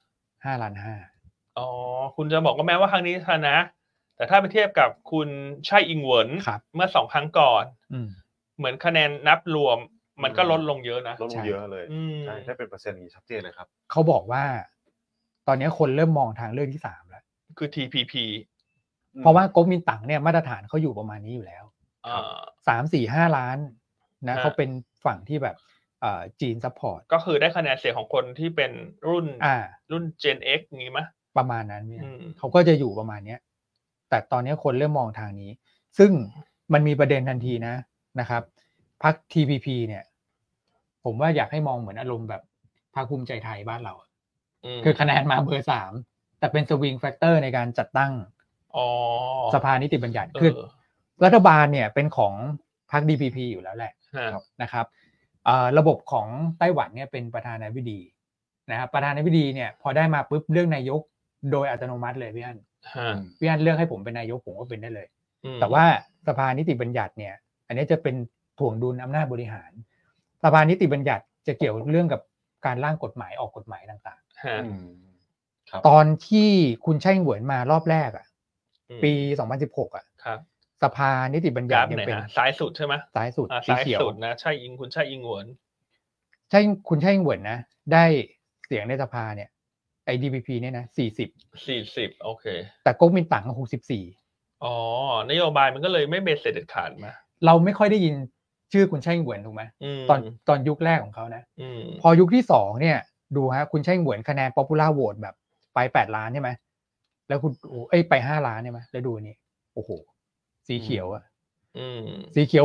5.5 ล้านอ๋อคุณจะบอกว่าแม้ว่าครั้งนี้ชนะแต่ถ้าไปเทียบกับคุณไช่อิงเหวินเมื่อ2ครั้งก่อนเหมือนคะแนนนับรวมมันก็ลดลงเยอะนะลดลงเยอะเลยใช่ถ้าเป็นเปอร์เซ็นต์นี้ชัดเจนเลยครับเขาบอกว่าตอนนี้คนเริ่มมองทางเลือกที่3แล้วคือ TPP เพราะว่าก๊กมินตั๋งเนี่ยมาตรฐานเขาอยู่ประมาณนี้อยู่แล้ว3-4-5 ล้านนะเขาเป็นฝั่งที่แบบจีนซัพพอร์ตก็คือได้คะแนนเสียงของคนที่เป็นรุ่น Gen X งี้มั้ยประมาณนั้นเนี่ยเขาก็จะอยู่ประมาณนี้แต่ตอนนี้คนเริ่มมองทางนี้ซึ่งมันมีประเด็นทันทีนะครับพรรค TPP เนี่ยผมว่าอยากให้มองเหมือนอารมณ์แบบพรรคภูมิใจไทยบ้านเราคือคะแนนมาเบอร์3แต่เป็นสวิงแฟกเตอร์ในการจัดตั้งสภานิติบัญญัติคือรัฐบาลเนี่ยเป็นของพรรค DPP อยู่แล้วแหละนะครับระบบของไต้หวันเนี่ยเป็นประธานาธิบดีนะครับประธานาธิบดีเนี่ยพอได้มาปุ๊บเลือกนายกโดยอัตโนมัติเลยพี่อั้นเลือกให้ผมเป็นนายกผมก็เป็นได้เลยแต่ว่าสภานิติบัญญัติเนี่ยอันนี้จะเป็นถ่วงดุลอำนาจบริหารสภานิติบัญญัติจะเกี่ยวเรื่องกับการร่างกฎหมายออกกฎหมายต่างๆตอนที่คุณไช่เหวินมารอบแรกปี2016สภานิติบัญญัติเนี่ยเป็นซ้ายสุดใช่ไหมซ้ายสุดสีเขียวนะใช่อิงคุณใช่อิงเหวินใช่คุณไช่เหวินนะได้เสียงในสภาเนี่ยไอ้ DPP เนี่ยนะ40 โอเคแต่ก๊กมินตั๋ง64 อ๋อนโยบายมันก็เลยไม่เบสเสร็จเด็ดขาดมาเราไม่ค่อยได้ยินชื่อคุณไช่เหวินถูกไหมตอนยุคแรกของเขานะพอยุคที่2เนี่ยดูฮะคุณไช่เหวินคะแนน Popular Vote แบบไป8ล้านใช่ไหมแล้วคุณไป5ล้านใช่ไหมแล้วดูนี่โอ้โหสีเขียวสีเขียว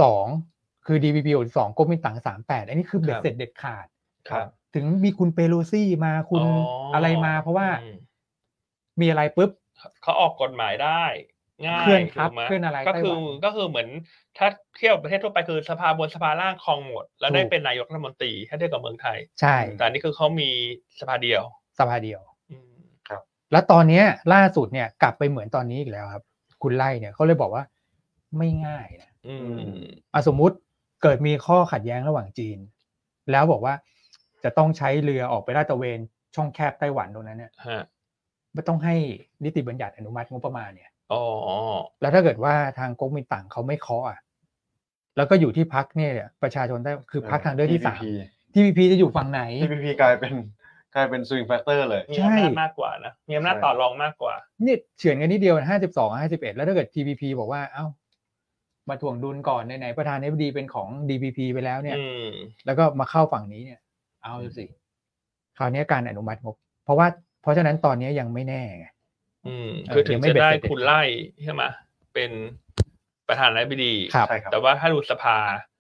62คือ DPP 62ก๊กมินตั๋ง38อันนี้คือเบ็ดเสร็จเด็ดขาดถึงมีคุณเปโลซี่มาคุณอะไรมาเพราะว่ามีอะไรปุ๊บเขาออกกฎหมายได้ง่ายเคลื่อนทับเคลื่อนอะไรก็คือเหมือนถ้าเทียบประเทศทั่วไปคือสภาบนสภาล่างครองหมดแล้วได้เป็นนายกรัฐมนตรีถ้าเทียบกับเมืองไทยใช่แต่นี่คือเขามีสภาเดียวครับแล้วตอนนี้ล่าสุดเนี่ยกลับไปเหมือนตอนนี้อีกแล้วครับคุณไล่เนี่ยเขาเลยบอกว่าไม่ง่ายนะสมมุติเกิดมีข้อขัดแย้งระหว่างจีนแล้วบอกว่าจะต้องใช้เรือออกไปลาดตระเวนช่องแคบไต้หวันตรงนั้นเนี่ยไม่ต้องให้นิติบัญญัติอนุมัติงบประมาณเนี่ยแล้วถ้าเกิดว่าทางก๊กมินตั๋งเขาไม่เคาะแล้วก็อยู่ที่พรรคเนี่ยประชาชนได้คือพรรคทางเลือกที่3 TPP จะอยู่ฝั่งไหน TPP กลายเป็นสวิงแฟกเตอร์เลยมีอำนาจมากกว่านะมีอำนาจต่อรองมากกว่านี่เฉือนกันนิดเดียว52-51แล้วถ้าเกิด TPP บอกว่าเอ้ามาถ่วงดุลก่อนไหนประธานาธิบดีเป็นของ DPP ไปแล้วเนี่ยแล้วก็มาเข้าฝั่งนี้เนี่ยเอาสิคราวนี้การอนุมัติงบเพราะฉะนั้นตอนนี้ยังไม่แน่ไงคือถึงจะได้คุณไล่ใช่ไหมเป็นประธานาธิบดีแต่ว่าถ้าดูสภา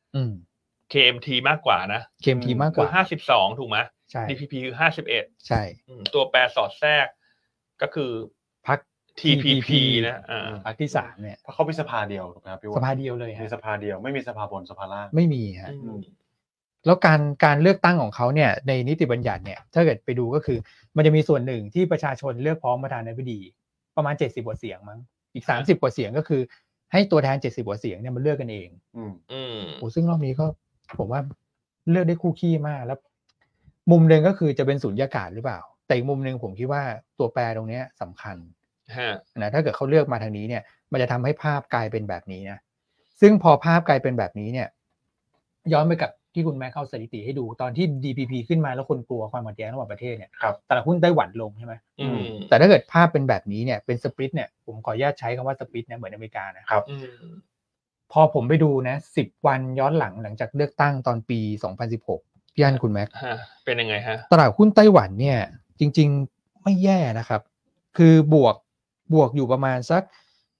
KMT มากกว่านะ KMT มากกว่า 52ถูกไหม DPP คือ51 ใช่ตัวแปรสอดแทรกก็คือพรรค TPP นะพรรคที่3เนี่ยเพราะเขามีสภาเดียวถูกไหมครับพี่ว่าสภาเดียวเลยมีสภาเดียวไม่มีสภาบนสภาล่างไม่มีฮะแล้วการเลือกตั้งของเขาเนี่ยในนิติบัญญัติเนี่ยถ้าเกิดไปดูก็คือมันจะมีส่วนหนึ่งที่ประชาชนเลือกพร้อมประธานาธิบดีประมาณ70กว่าเสียงมั้งอีก30กว่าเสียงก็คือให้ตัวแทน70กว่าเสียงเนี่ยมันเลือกกันเองโอ้ซึ่งรอบนี้ก็ผมว่าเลือกได้คู่ขี้มากแล้วมุมนึงก็คือจะเป็นสุญญากาศหรือเปล่าแต่อีกมุมนึงผมคิดว่าตัวแปรตรงนี้สำคัญนะถ้าเกิดเขาเลือกมาทางนี้เนี่ยมันจะทำให้ภาพกลายเป็นแบบนี้นะซึ่งพอภาพกลายเป็นแบบนี้เนี่ยย้อนไปกับที่คุณแม่เข้าสถิติให้ดูตอนที่ DPP ขึ้นมาแล้วคนกลัวความขัดแย้งระหว่างประเทศเนี่ยตลาดหุ้นไต้หวันลงใช่ไหมแต่ถ้าเกิดภาพเป็นแบบนี้เนี่ยเป็นสปริตเนี่ยผมขออนุญาตใช้คำว่าสปริตนะเหมือนอเมริกานะครับพอผมไปดูนะ10วันย้อนหลังจากเลือกตั้งตอนปี2016พี่อั้นคุณแม็กเป็นยังไงฮะตลาดหุ้นไต้หวันเนี่ยจริงๆไม่แย่นะครับคือบวกอยู่ประมาณสัก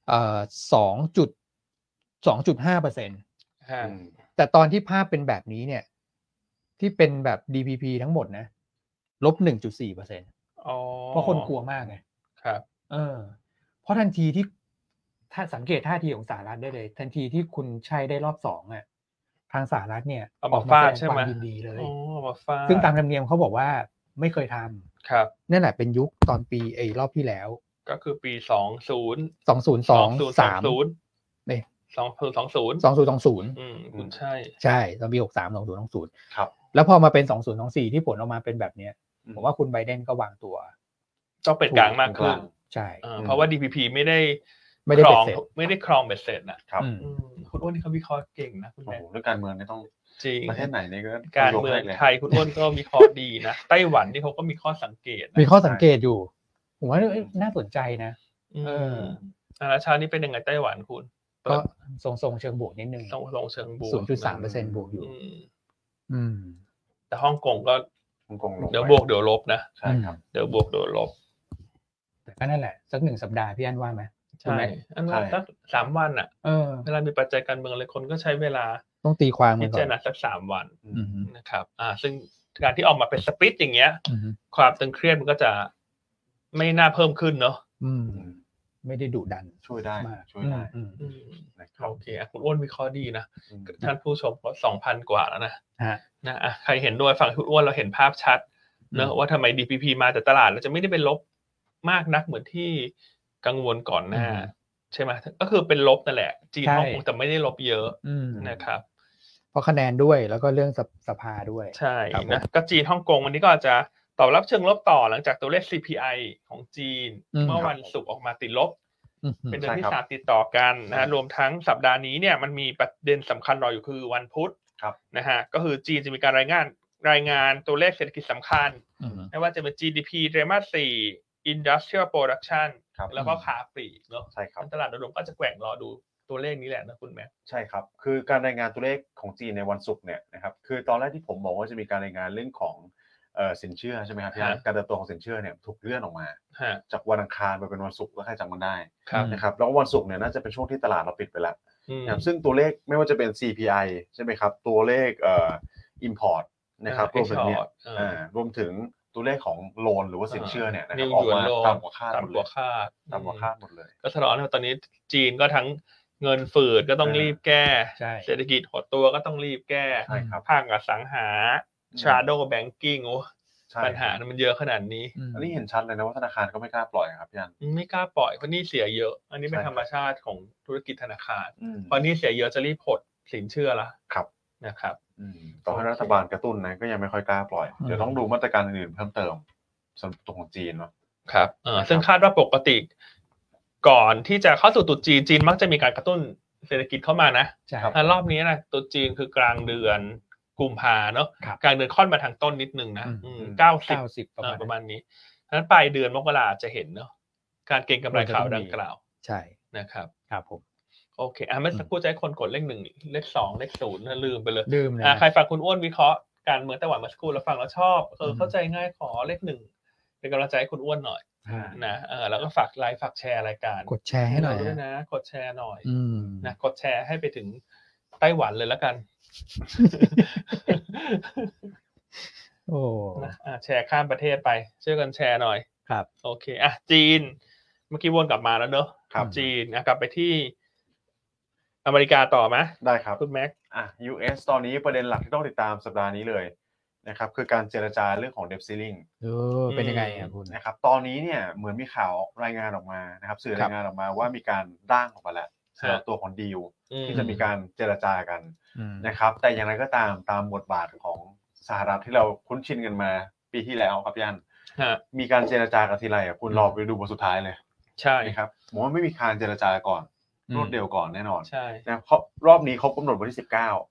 2.5%แต่ตอนที่ภาพเป็นแบบนี้เนี่ยที่เป็นแบบ DPP ทั้งหมดนะลบ 1.4% เพราะคนกลัวมากไงครับเพราะทันทีที่ถ้าสังเกตท่าทีของสหรัฐได้เลยทันทีที่คุณชัยได้รอบ2อ่ะทางสหรัฐเนี่ยออกมาแสดงความยินดีเลยซึ่งตามธรรมเนียมเขาบอกว่าไม่เคยทำครับนั่นแหละเป็นยุคตอนปีรอบที่แล้วก็คือปี 2020นี่2020 คุณใช่ตอนปี63 2020ครับแล้วพอมาเป็น2024ที่ผลออกมาเป็นแบบนี้ผมว่าคุณไบเดนก็วางตัวต้องเป็นกลางมากขึ้นใช่เพราะว่า DPP ไม่ได้ครองเบ็ดเสร็จนะครับคุณอ้วนนี่เขาวิเคราะห์เก่งนะคุณแม่เรื่องการเมืองนี่ต้องจริงประเทศไหนนี่ก็การเมืองไทยคุณอ้วนก็วิเคราะห์ดีนะไต้หวันนี่เขาก็มีข้อสังเกตมีข้อสังเกตอยู่ผมว่าน่าสนใจนะแล้วชาตินี้เป็นยังไงไต้หวันคุณก็ทรงเชิงบวกนิดนึงทรงเชิงบวก 0.3% บวกอยู่แต่ฮ่องกงก็เดี๋ยวบวกเดี๋ยวลบนะใช่ครับเดี๋ยวบวกเดี๋ยวลบแต่ก็นั่นแหละสัก1สัปดาห์พี่อั้นว่าไหมใช่อันนั้นสัก3วันอ่ะเวลามีปัจจัยการเมืองอะไรคนก็ใช้เวลาต้องตีความพิจารณาสัก3วันนะครับซึ่งการที่ออกมาเป็นสปริตอย่างเงี้ยความตึงเครียดมันก็จะไม่น่าเพิ่มขึ้นเนาะไม่ได้ดุดันช่วยได้โอเคคุณอ้วนวิเคราะห์ดีนะท่านผู้ชมก็ 2,000 กว่าแล้วนะใครเห็นด้วยฝั่งคุณอ้วนเราเห็นภาพชัดเนอะว่าทำไม DPP มาแต่ตลาดเราจะไม่ได้เป็นลบมากนักเหมือนที่กังวลก่อนหน้าใช่ไหมก็คือเป็นลบนั่นแหละจีนฮ่องกงแต่ไม่ได้ลบเยอะนะครับเพราะคะแนนด้วยแล้วก็เรื่องสภาด้วยใช่นะก็จีนฮ่องกงวันนี้ก็อาจจะตอบรับเชิงลบต่อหลังจากตัวเลข CPI ของจีนเมื่อวันศุกร์ออกมาติดลบเป็นเดือนที่3ติดต่อกันนะรวมทั้งสัปดาห์นี้เนี่ยมันมีประเด็นสำคัญรออยู่คือวันพุธนะฮะก็คือจีนจะมีการรายงานตัวเลขเศรษฐกิจสำคัญไม่ว่าจะเป็น GDP ไตรมาส 4 Industrial Production แล้วก็ค้าปลีกเนาะใช่ครับตลาดโดยรวมก็จะแกว่งรอดูตัวเลขนี้แหละนะคุณแม่ใช่ครับคือการรายงานตัวเลขของจีนในวันศุกร์เนี่ยนะครับคือตอนแรกที่ผมบอกว่าจะมีการรายงานเรื่องของสินเชื่อใช่ไหมครับการเติบโตของสินเชื่อเนี่ยถูกเลื่อนออกมาจากวันอังคารไปเป็นวันศุกร์แล้วใครจำกันได้นะครับแล้ววันศุกร์เนี่ยน่าจะเป็นช่วงที่ตลาดเราปิดไปแล้วนะครับซึ่งตัวเลขไม่ว่าจะเป็น CPI ใช่ไหมครับตัวเลขimport นะครับรวมถึงเนี่ยรวมถึงตัวเลขของโลนหรือว่าสินเชื่อเนี่ยนะครับออกมาต่ำกว่าคาดหมดเลยก็สะท้อนว่าตอนนี้จีนก็ทั้งเงินฝืดก็ต้องรีบแก้เศรษฐกิจหดตัวก็ต้องรีบแก้ภาคอสังหาshadow banking โอ้ปัญหามันเยอะขนาดนี้อันนี้เห็นชัดเลยนะว่าธนาคารก็ไม่กล้าปล่อยครับพี่อันไม่กล้าปล่อยเพราะนี่เสียเยอะอันนี้เป็นธรรมชาติของธุรกิจธนาคารพอนี่เสียเยอะจะรีบหดสินเชื่อละครับนะครับต่อให้รัฐบาลกระตุ้นนะก็ยังไม่ค่อยกล้าปล่อยเดี๋ยวต้องดูมาตรการอื่นเพิ่มเติมสำหรับตัวของจีนเนาะครับซึ่งคาดว่าปกติก่อนที่จะเข้าสู่ตรุษจีนมักจะมีการกระตุ้นเศรษฐกิจเข้ามานะรอบนี้นะตรุษจีนคือกลางเดือนกุมภาเนาะกลางเดือนค่อนมาทางต้นนิดนึงนะ90ประมาณนี้ฉะนั้นปลายเดือนมกราจะเห็นเนาะการเก็งกำไรข่าวดังกล่าวใช่นะครับครับผมโอเคเมื่อสักครู่จะให้คนกดเลข1เลข2เลข0นะลืมไปเลยใครฟังคุณอ้วนวิเคราะห์การเมืองไต้หวันเมื่อสักครู่แล้วฟังแล้วชอบเข้าใจง่ายขอเลข1เป็นกำลังใจให้คุณอ้วนหน่อยนะแล้วก็ฝากไลค์ฝากแชร์รายการกดแชร์ให้หน่อยด้วยนะกดแชร์หน่อยนะกดแชร์ให้ไปถึงไต้หวันเลยแล้วกันโอ้นะแชร์ข้ามประเทศไปช่วยกันแชร์หน่อยครับโอเคจีนเมื่อกี้วนกลับมาแล้วเนอะจีนกลับไปที่อเมริกาต่อไหมได้ครับคุณแม็ก US ตอนนี้ประเด็นหลักที่ต้องติดตามสัปดาห์นี้เลยนะครับคือการเจรจาเรื่องของ debt ceiling เป็นยังไงครับคุณนะครับตอนนี้เนี่ยเหมือนมีข่าวรายงานออกมานะครับสื่อรายงานออกมาว่ามีการร่างออกมาแล้วสำหรับตัวของดีลที่จะมีการเจรจากันนะครับแต่อย่างไรก็ตามบทบาทของสหรัฐที่เราคุ้นชินกันมาปีที่แล้วครับย่านมีการเจรจากันทีไรคุณรอไปดูบทสุดท้ายเลยใช่ครับผมว่าไม่มีการเจรจาก่อนรวดเร็วก่อนแน่นอนใช่นะเพราะรอบนี้เขากำหนดวันที่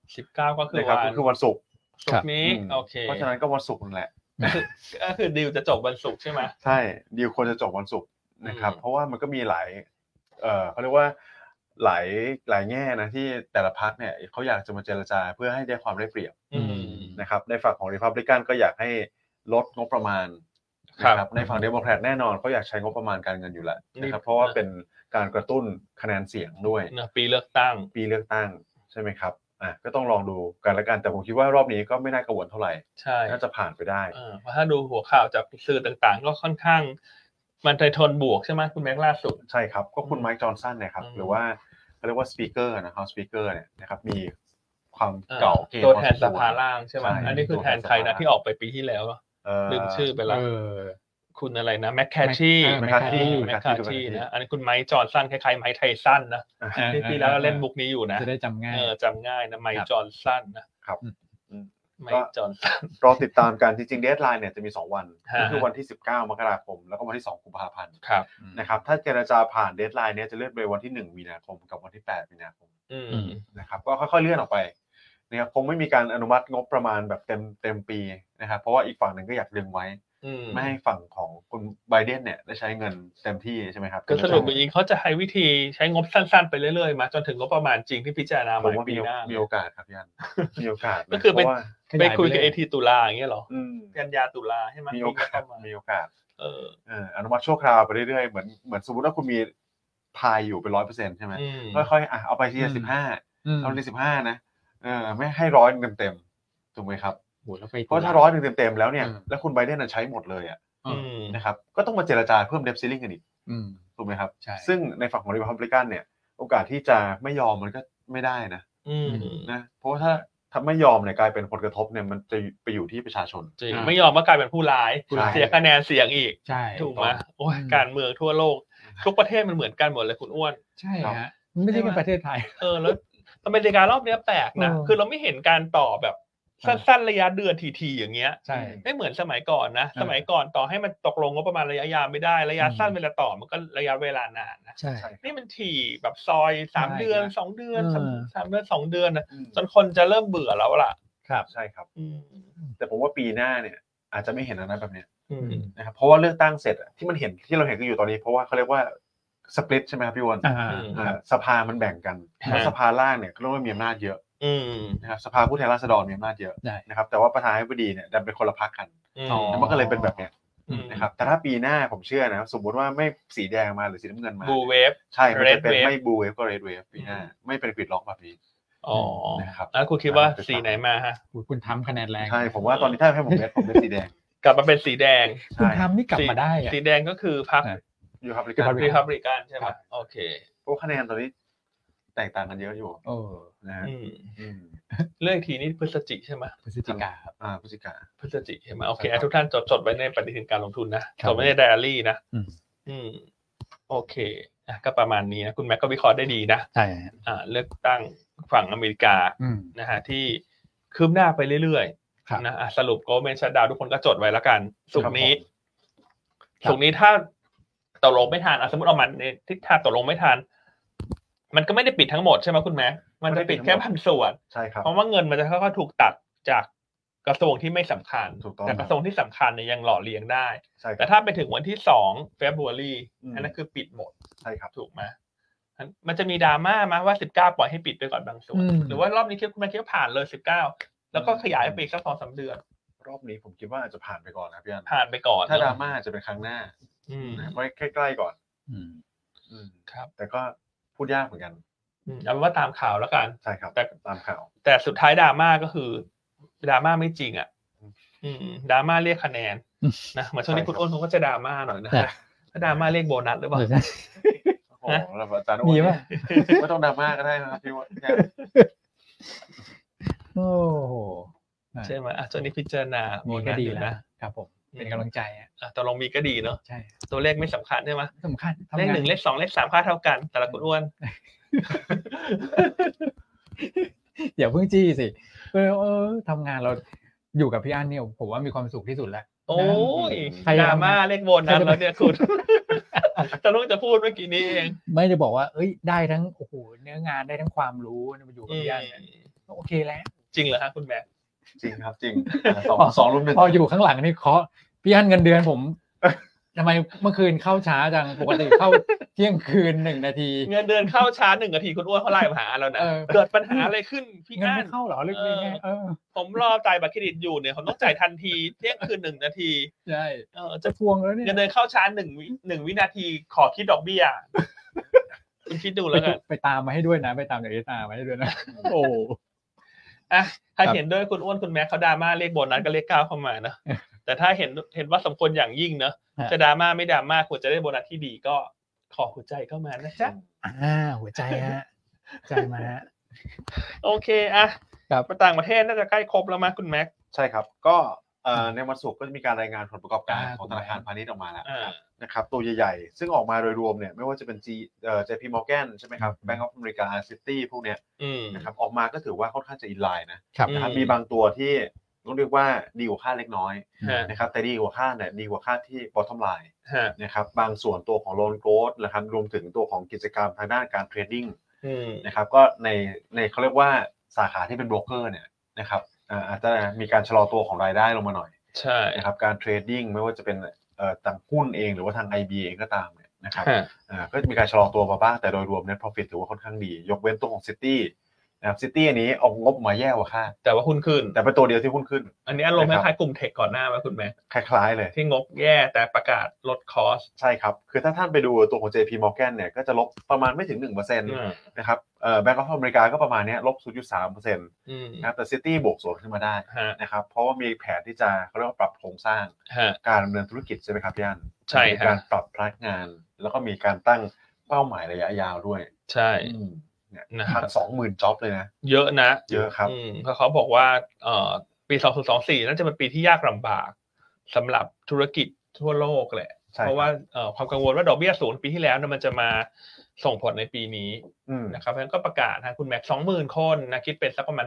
19 ก็คือวันศุกร์นี้โอเคเพราะฉะนั้นก็วันศุกร์นั่นแหละก็คือดีลจะจบวันศุกร์ใช่ไหมใช่ดีลควรจะจบวันศุกร์นะครับเพราะว่ามันก็มีหลายเขาเรียกว่าหลายแง่นะที่แต่ละพรรคเนี่ยเขาอยากจะมาเจรจาเพื่อให้ได้ความได้เปรียบนะครับในฝั่งของ Republican ก็อยากให้ลดงบประมาณนะครับในฝั่ง Democrat แน่นอนเขาอยากใช้งบประมาณการเงินอยู่แล้วนะครับเพราะว่าเป็นการกระตุ้นคะแนนเสียงด้วยปีเลือกตั้งใช่ไหมครับก็ต้องลองดูกันละกันแต่ผมคิดว่ารอบนี้ก็ไม่น่ากังวลเท่าไหร่ใช่น่าจะผ่านไปได้เพราะถ้าดูหัวข่าวจากสื่อต่างๆก็ค่อนข้างมันไทยทนบวกใช่ไหมคุณแม็กล่าสุดใช่ครับก็คุณไมค์จอห์นสันนะครับหรือว่าเขาเรียกว่าสปีกเกอร์นะครับสปีกเกอร์เนี่ยนะครับมีความเก่าเกณฑ์ตัวแทนสภาล่างใช่ไหมอันนี้คือแทนใครนะที่ออกไปปีที่แล้วลืมชื่อไปแล้วคุณอะไรนะแมคคาทีนะอันนี้คุณไมค์จอห์นสันคล้ายๆไมค์ไทสันนะที่ปีแล้วเล่นมุกนี้อยู่นะจะได้จำง่ายนะไมค์จอห์นสันนะครับไมค์จอห์นสันรอติดตามกันจริงๆเดดไลน์เนี่ยจะมี2วันก็คือวันที่19มกราคมแล้วก็วันที่2กุมภาพันธ์นะครับถ้าเจรจาผ่านเดดไลน์เนี่ยจะเลื่อนไปวันที่1มีนาคมกับวันที่8มีนาคมนะครับก็ค่อยๆเลื่อนออกไปนะครับคงไม่มีการอนุมัติงบประมาณแบบเต็มปีนะครับเพราะว่าอีกฝั่งนึงก็อยากดึงไว้ไม่ให้ฝั่งของคุณไบเดนเนี่ยได้ใช้เงินเต็มที่ใช่ไหมครับก็สรุปจริงๆเขาจะให้วิธีใช้งบสั้นๆไปเรื่อยๆมาจนถึงงบประมาณจริงที่พิจารณามาปีหน้ามีโอกาสครับยันมีโอกาสก็คือไปคุยกับ AT ตุลาอย่างเงี้ยหรอกันยาตุลาให้มันมีโอกาสอนุมัติชั่วคราวไปเรื่อยๆเหมือนสมมติว่าคุณมีพายอยู่เป็น 100% ใช่ไหมค่อยๆเอาไปทีละ15เอาที15นะไม่ให้100เต็มถูกไหมครับเพราะถ้า100เต็มแล้วเนี่ยแล้วคุณไบเดนใช้หมดเลยนะครับก็ต้องมาเจรจาเพิ่ม debt ceiling กันอีกถูกไหมครับซึ่งในฝั่งของ Republican เนี่ยโอกาสที่จะไม่ยอมมันก็ไม่ได้นะเพราะว่าถ้าไม่ยอมเนี่ยกลายเป็นผลกระทบเนี่ยมันจะไปอยู่ที่ประชาชนจริงไม่ยอมก็กลายเป็นผู้ร้ายเสียคะแนนเสียงอีกถูกไหมโอ้ยการเมืองทั่วโลกทุกประเทศมันเหมือนกันหมดเลยคุณอ้วนใช่ฮะไม่ใช่แค่ประเทศไทยแล้วอเมริการอบนี้แปลกนะคือเราไม่เห็นการต่อแบบสั้นๆระยะเดือนทีๆอย่างเงี้ยไม่เหมือนสมัยก่อนนะสมัยก่อนต่อให้มันตกลงงบประมาณระยะยาวไม่ได้ระยะสั้นเวลาต่อมันก็ระยะเวลานานนะนี่มันถี่แบบซอย3เดือน2เดือน3เดือน2เดือนนะจนคนจะเริ่มเบื่อแล้วล่ะครับใช่ครับแต่ผมว่าปีหน้าเนี่ยอาจจะไม่เห็นอะไรแบบเนี้ยนะครับเพราะว่าเลือกตั้งเสร็จที่มันเห็นที่เราเห็นกันอยู่ตอนนี้เพราะว่าเขาเรียกว่าสปลิตใช่ไหมครับพี่วอนสภามันแบ่งกันแล้วสภาล่างเนี่ยก็ต้องมีอำนาจเยอะนะครับสภาผู้แทนราษฎรมีอำนาจเยอะนะครับแต่ว่าประธานาธิบดีเนี่ยดันเป็นคนละพรรคกันมันก็เลยเป็นแบบเนี้ยนะครับแต่ถ้าปีหน้าผมเชื่อนะสมมติว่าไม่สีแดงมาหรือสีน้ำเงินมาบูเวฟใช่มันจะเป็นไม่บูเวฟก็เรดเวฟปีหน้าไม่เป็นกริดล็อกแบบนี้นะครับแล้วคุณคิดว่าสีไหนมาฮะคุณทำคะแนนแรงใช่ผมว่าตอนนี้ถ้าให้ผมเลือกสีแดงกลับมาเป็นสีแดงคุณทำนี่กลับมาได้สีแดงก็คือพรรคยูฮับริกันใช่ไหมโอเคพวกคะแนนตอนนี้แตกต่างกันเยอะอยู่นะฮะเรื่องทีนี้พฤศจิใช่ไหมพฤศจิกาครับพฤศจิใช่ไหมโอเคทุกท่านจดไว้ในปฏิทินการลงทุนนะจดไว้ในไดอารี่นะโอเคก็ประมาณนี้นะคุณแม็กก็วิเคราะห์ได้ดีนะใช่เลือกตั้งฝั่งอเมริกานะฮะที่คืบหน้าไปเรื่อยๆนะสรุปก็ไม่ชัดดาวทุกคนก็จดไว้แล้วกันศุกร์นี้ถ้าตกลงไม่ทันสมมติเอามันในทิศทางตกลงไม่ทันมันก็ไม่ได้ปิดทั้งหมดใช่ไหมคุณแม่มันจะปิดแค่บางส่วนใช่ครับเพราะว่าเงินมันจะค่อยๆถูกตัดจากกระทรวงที่ไม่สำคัญแต่กระทรวงที่สำคัญเนี่ยยังหล่อเลี้ยงได้แต่ถ้าไปถึงวันที่2 February อันนั้นคือปิดหมดใช่ครับถูกไหมมันจะมีดราม่ามาว่า19ปล่อยให้ปิดไปก่อนบางส่วนหรือว่ารอบนี้คุณแม่คิดว่าผ่านเลย19แล้วก็ขยายไปอีกสัก 2-3 เดือนรอบนี้ผมคิดว่าอาจจะผ่านไปก่อนนะพี่อันผ่านไปก่อนถ้าดราม่าจะเป็นครั้งหน้าไว้ใกล้ๆก่อนครับแต่ก็พูดยากเหมือนกันเอาเป็นว่าตามข่าวแล้วกันใช่ครับตามข่าวแต่สุดท้ายดราม่าก็คือดราม่าไม่จริงดราม่าเรียกคะแนนนะเหมือนช่วงนี้คุณอ้นเขาก็จะดราม่าหน่อยนะถ้าดราม่าเรียกโบนัสหรือเปล่าโอ้โหแล้วอาจารย์มีป่ะไม่ต้องดราม่าก็ได้นะครับพี่ว่าโอ้โหใช่ไหมช่วงนี้พิจารณามีก็ดีนะครับผมเป็นกำลังใจตกลงมีก็ดีเนาะใช่ตัวเลขไม่สำคัญใช่ไหมสำคัญเลข1เลข2เลข3ค่าเท่ากันแต่ละคุณอ้วนอย่าเพิ่งจี้สิทำงานเราอยู่กับพี่อั้นเนี่ยผมว่ามีความสุขที่สุดแล้วโอ้ยดราม่าเลขบนนั้นแล้วเนี่ยคุณจะพูดเมื่อกี้นี้เองไม่ได้บอกว่าได้ทั้งโอ้โหเนื้องานได้ทั้งความรู้มาอยู่กับพี่อั้นโอเคแล้วจริงเหรอฮะคุณแม่จริงครับจริง2 รุ่ม 1 พออยู่ข้างหลังนี่เคาะพี่อั้นเงินเดือนผมทำไมเมื่อคืนเข้าช้าจังปกติเข้าเที่ยงคืน1 นาทีเงินเดือนเข้าช้า1 นาทีคุณอ้วนเขาไล่มาหาเรานะเกิดปัญหาอะไรขึ้นพี่อั้นไม่เข้าหรอเรื่องนี้ผมรอจ่ายบัตรเครดิตอยู่เนี่ยผมต้องจ่ายทันทีเที่ยงคืน1 นาทีใช่จะทวงแล้วเนี่ยเงินเดือนเข้าช้า1 วินาทีขอคิดดอกเบี้ยคุณคิดดูแล้วกันไปตามมาให้ด้วยนะไปตามจากตามาให้ด้วยนะโอ้ถ้าเห็นด้วยคุณอ้วนคุณแม็กเขาดราม่าเลขโบนัสก็เลข9เข้ามานะแต่ถ้าเห็นว่าสมควรอย่างยิ่งเนอะจะดราม่าไม่ดราม่าควรจะได้โบนัสที่ดีก็ขอหัวใจเข้ามานะจ๊ะหัวใจฮะใจมาฮะโอเคต่างประเทศน่าจะใกล้ครบแล้วมั้ยคุณแม็กใช่ครับก็ในวันศุกร์ก็จะมีการรายงานผลประกอบการของธนาคารพาณิชย์ออกมาแล้วนะครับตัวใหญ่ๆซึ่งออกมาโดยรวมเนี่ยไม่ว่าจะเป็น JP Morgan ใช่ไหมครับ Bank of America Citi พวกเนี้ยนะครับออกมาก็ถือว่าค่อนข้างจะอินไลน์นะครับมีบางตัวที่ต้องเรียกว่าดีกว่าคาดเล็กน้อยนะครับแต่ดีกว่าคาดเนี่ยดีกว่าคาดที่ bottom line นะครับบางส่วนตัวของ loan growth นะครับรวมถึงตัวของกิจกรรมทางด้านการเทรดดิ้งนะครับก็ในเขาเรียกว่าสาขาที่เป็นโบรกเกอร์เนี่ยนะครับอาจจะมีการชะลอตัวของรายได้ลงมาหน่อยใช่นะครับการเทรดดิ้งไม่ว่าจะเป็นทางหุ้นเองหรือว่าทาง IB เองก็ตามเนี่ยนะครับก็จะมีการชะลอตัวมาบ้างแต่โดยรวม net profit ถือว่าค่อนข้างดียกเว้นตัวของ Citi นะครับ Citi อันนี้เอางบมาแย่กว่าคาดแต่ว่าหุ้นขึ้นแต่เป็นตัวเดียวที่หุ้นขึ้นอันนี้อารมณ์คล้ายๆกลุ่มเทคก่อนหน้ามั้ยคุณแม่คล้ายๆเลยที่งบแย่แต่ประกาศลดคอสใช่ครับคือถ้าท่านไปดูตัวของ JP Morgan เนี่ยก็จะลบประมาณไม่ถึง 1% นะครับBank of America ก็ประมาณนี้ลบ 0.3% นะครับแต่ Citi บวกส่วนขึ้นมาได้นะครับเพราะว่ามีแผนที่จะเขาเรียกว่าปรับโครงสร้างการดำเนินธุรกิจใช่ไหมครับพี่อั้นใช่การปรับพนักงานแล้วก็มีการตั้งเป้าหมายระยะยาวด้วยใช่เนี่ยนะครับ 20,000 จ็อบเลยนะเยอะนะเยอะครับเพราะเขาบอกว่าปี2024น่าจะเป็นปีที่ยากลำบากสำหรับธุรกิจทั่วโลกแหละเพราะว่าความกังวลว่าดอกเบี้ย0ปีที่แล้วมันจะมาส่งผลในปีนี้นะครับเพราะฉะนั้นก็ประกาศนะคุณแม็ก 20,000 คนนะคิดเป็นสักประมาณ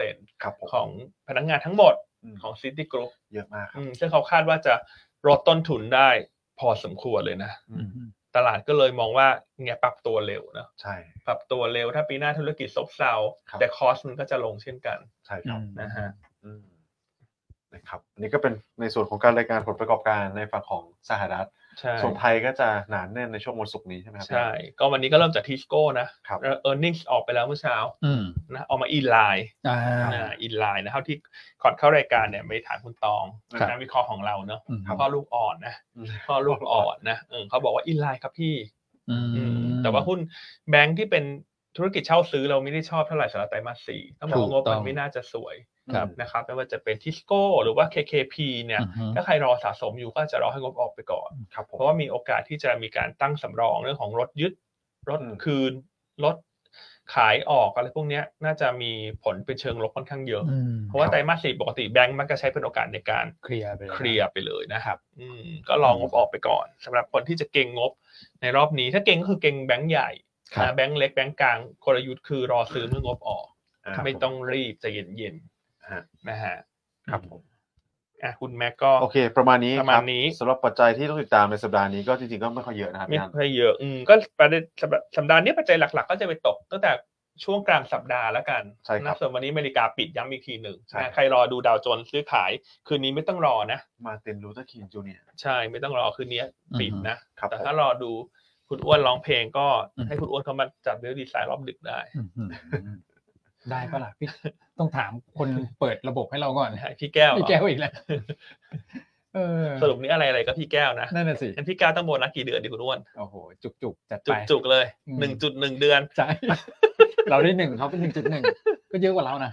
8% ของพนักงานทั้งหมดของ City Group เยอะมากครับซึ่งเขาคาดว่าจะลดต้นทุนได้พอสมควรเลยนะตลาดก็เลยมองว่าเนี่ยปรับตัวเร็วนะใช่ปรับตัวเร็วถ้าปีหน้าธุรกิจซบเซาแต่คอสมันก็จะลงเช่นกันใช่ครับนะฮะนะครับนี่ก็เป็นในส่วนของการรายงานผลประกอบการในฝั่งของสหรัฐส่วนไทยก็จะหนาแน่นในช่วงวันศุกร์นี้ใช่ไหมครับใช่ก็วันนี้ก็เริ่มจากทิสโก้นะearnings ออกไปแล้วเมื่อเช้านะออกมาอินไลน์อินไลน์นะเท่าที่ก่อนเข้ารายการเนี่ยไม่ถามคุณตองนักวิเคราะห์ของเราเนาะพ่อลูกอ่อนนะพ่อลูกอ่อนนะเขาบอกว่าอินไลน์ครับพี่แต่ว่าหุ้นแบงค์ที่เป็นธุรกิจเช่าซื้อเราไม่ได้ชอบเท่าไหร่สำหรับไตรมาส 4ต้องบอกงบมันไม่น่าจะสวยนะครับไม่ว่าจะเป็นทิสโก้หรือว่า KKP เนี่ยถ้าใครรอสะสมอยู่ก็จะรอให้งบออกไปก่อนเพราะว่ามีโอกาสที่จะมีการตั้งสำรองเรื่องของรถยึดรถคืนรถขายออกอะไรพวกนี้น่าจะมีผลเป็นเชิงลบค่อนข้างเยอะเพราะว่าไตรมาส 4ปกติแบงก์มักจะใช้เป็นโอกาสในการเคลียร์ไปเลยนะครับก็รองบออกไปก่อนสำหรับคนที่จะเก็งงบในรอบนี้ถ้าเก็งก็คือเก็งแบงก์ใหญ่แบงก์เล็กแบงก์กลางกลยุทธ์คือรอซื้อเมื่องบออกไม่ต้องรีบใจเย็นนะฮะครับผมคุณแม็กก็โอเคประมาณนี้ครับสำหรับปัจจัยที่ต้องติดตามในสัปดาห์นี้ก็จริงๆก็ไม่ค่อยเยอะนะครับไม่ค่อยเยอะก็ประเด็นสัปดาห์นี้ปัจจัยหลักๆก็จะไปตกตั้งแต่ช่วงกลางสัปดาห์แล้วกันนะส่วนวันนี้อเมริกาปิดย้ำอีกทีหนึ่งใครรอดูดาวโจนส์ซื้อขายคืนนี้ไม่ต้องรอนะมาร์ตินลูเทอร์คิงจูเนียร์ใช่ไม่ต้องรอคืนนี้ปิดนะแต่ถ้ารอดูคุณอ้วนร้องเพลงก็ให้คุณอ้วนเขามาจัดเวลดีไซน์รอบดึกได้ได้ปะล่ะพี่ต้องถามคนเปิดระบบให้เราก่อนพี่แก้วอีกแล้วสรุปนี้อะไรก็พี่แก้วนะนั่นน่ะสิงั้นพี่แก้วต้องโบนัสกี่เดือนดิคุณอ้วนโอ้โหจุกจัดไปจุกเลย 1.1 เดือนใช่เราได้1เขาเป็น 1.1 ก็เยอะกว่าเรานะ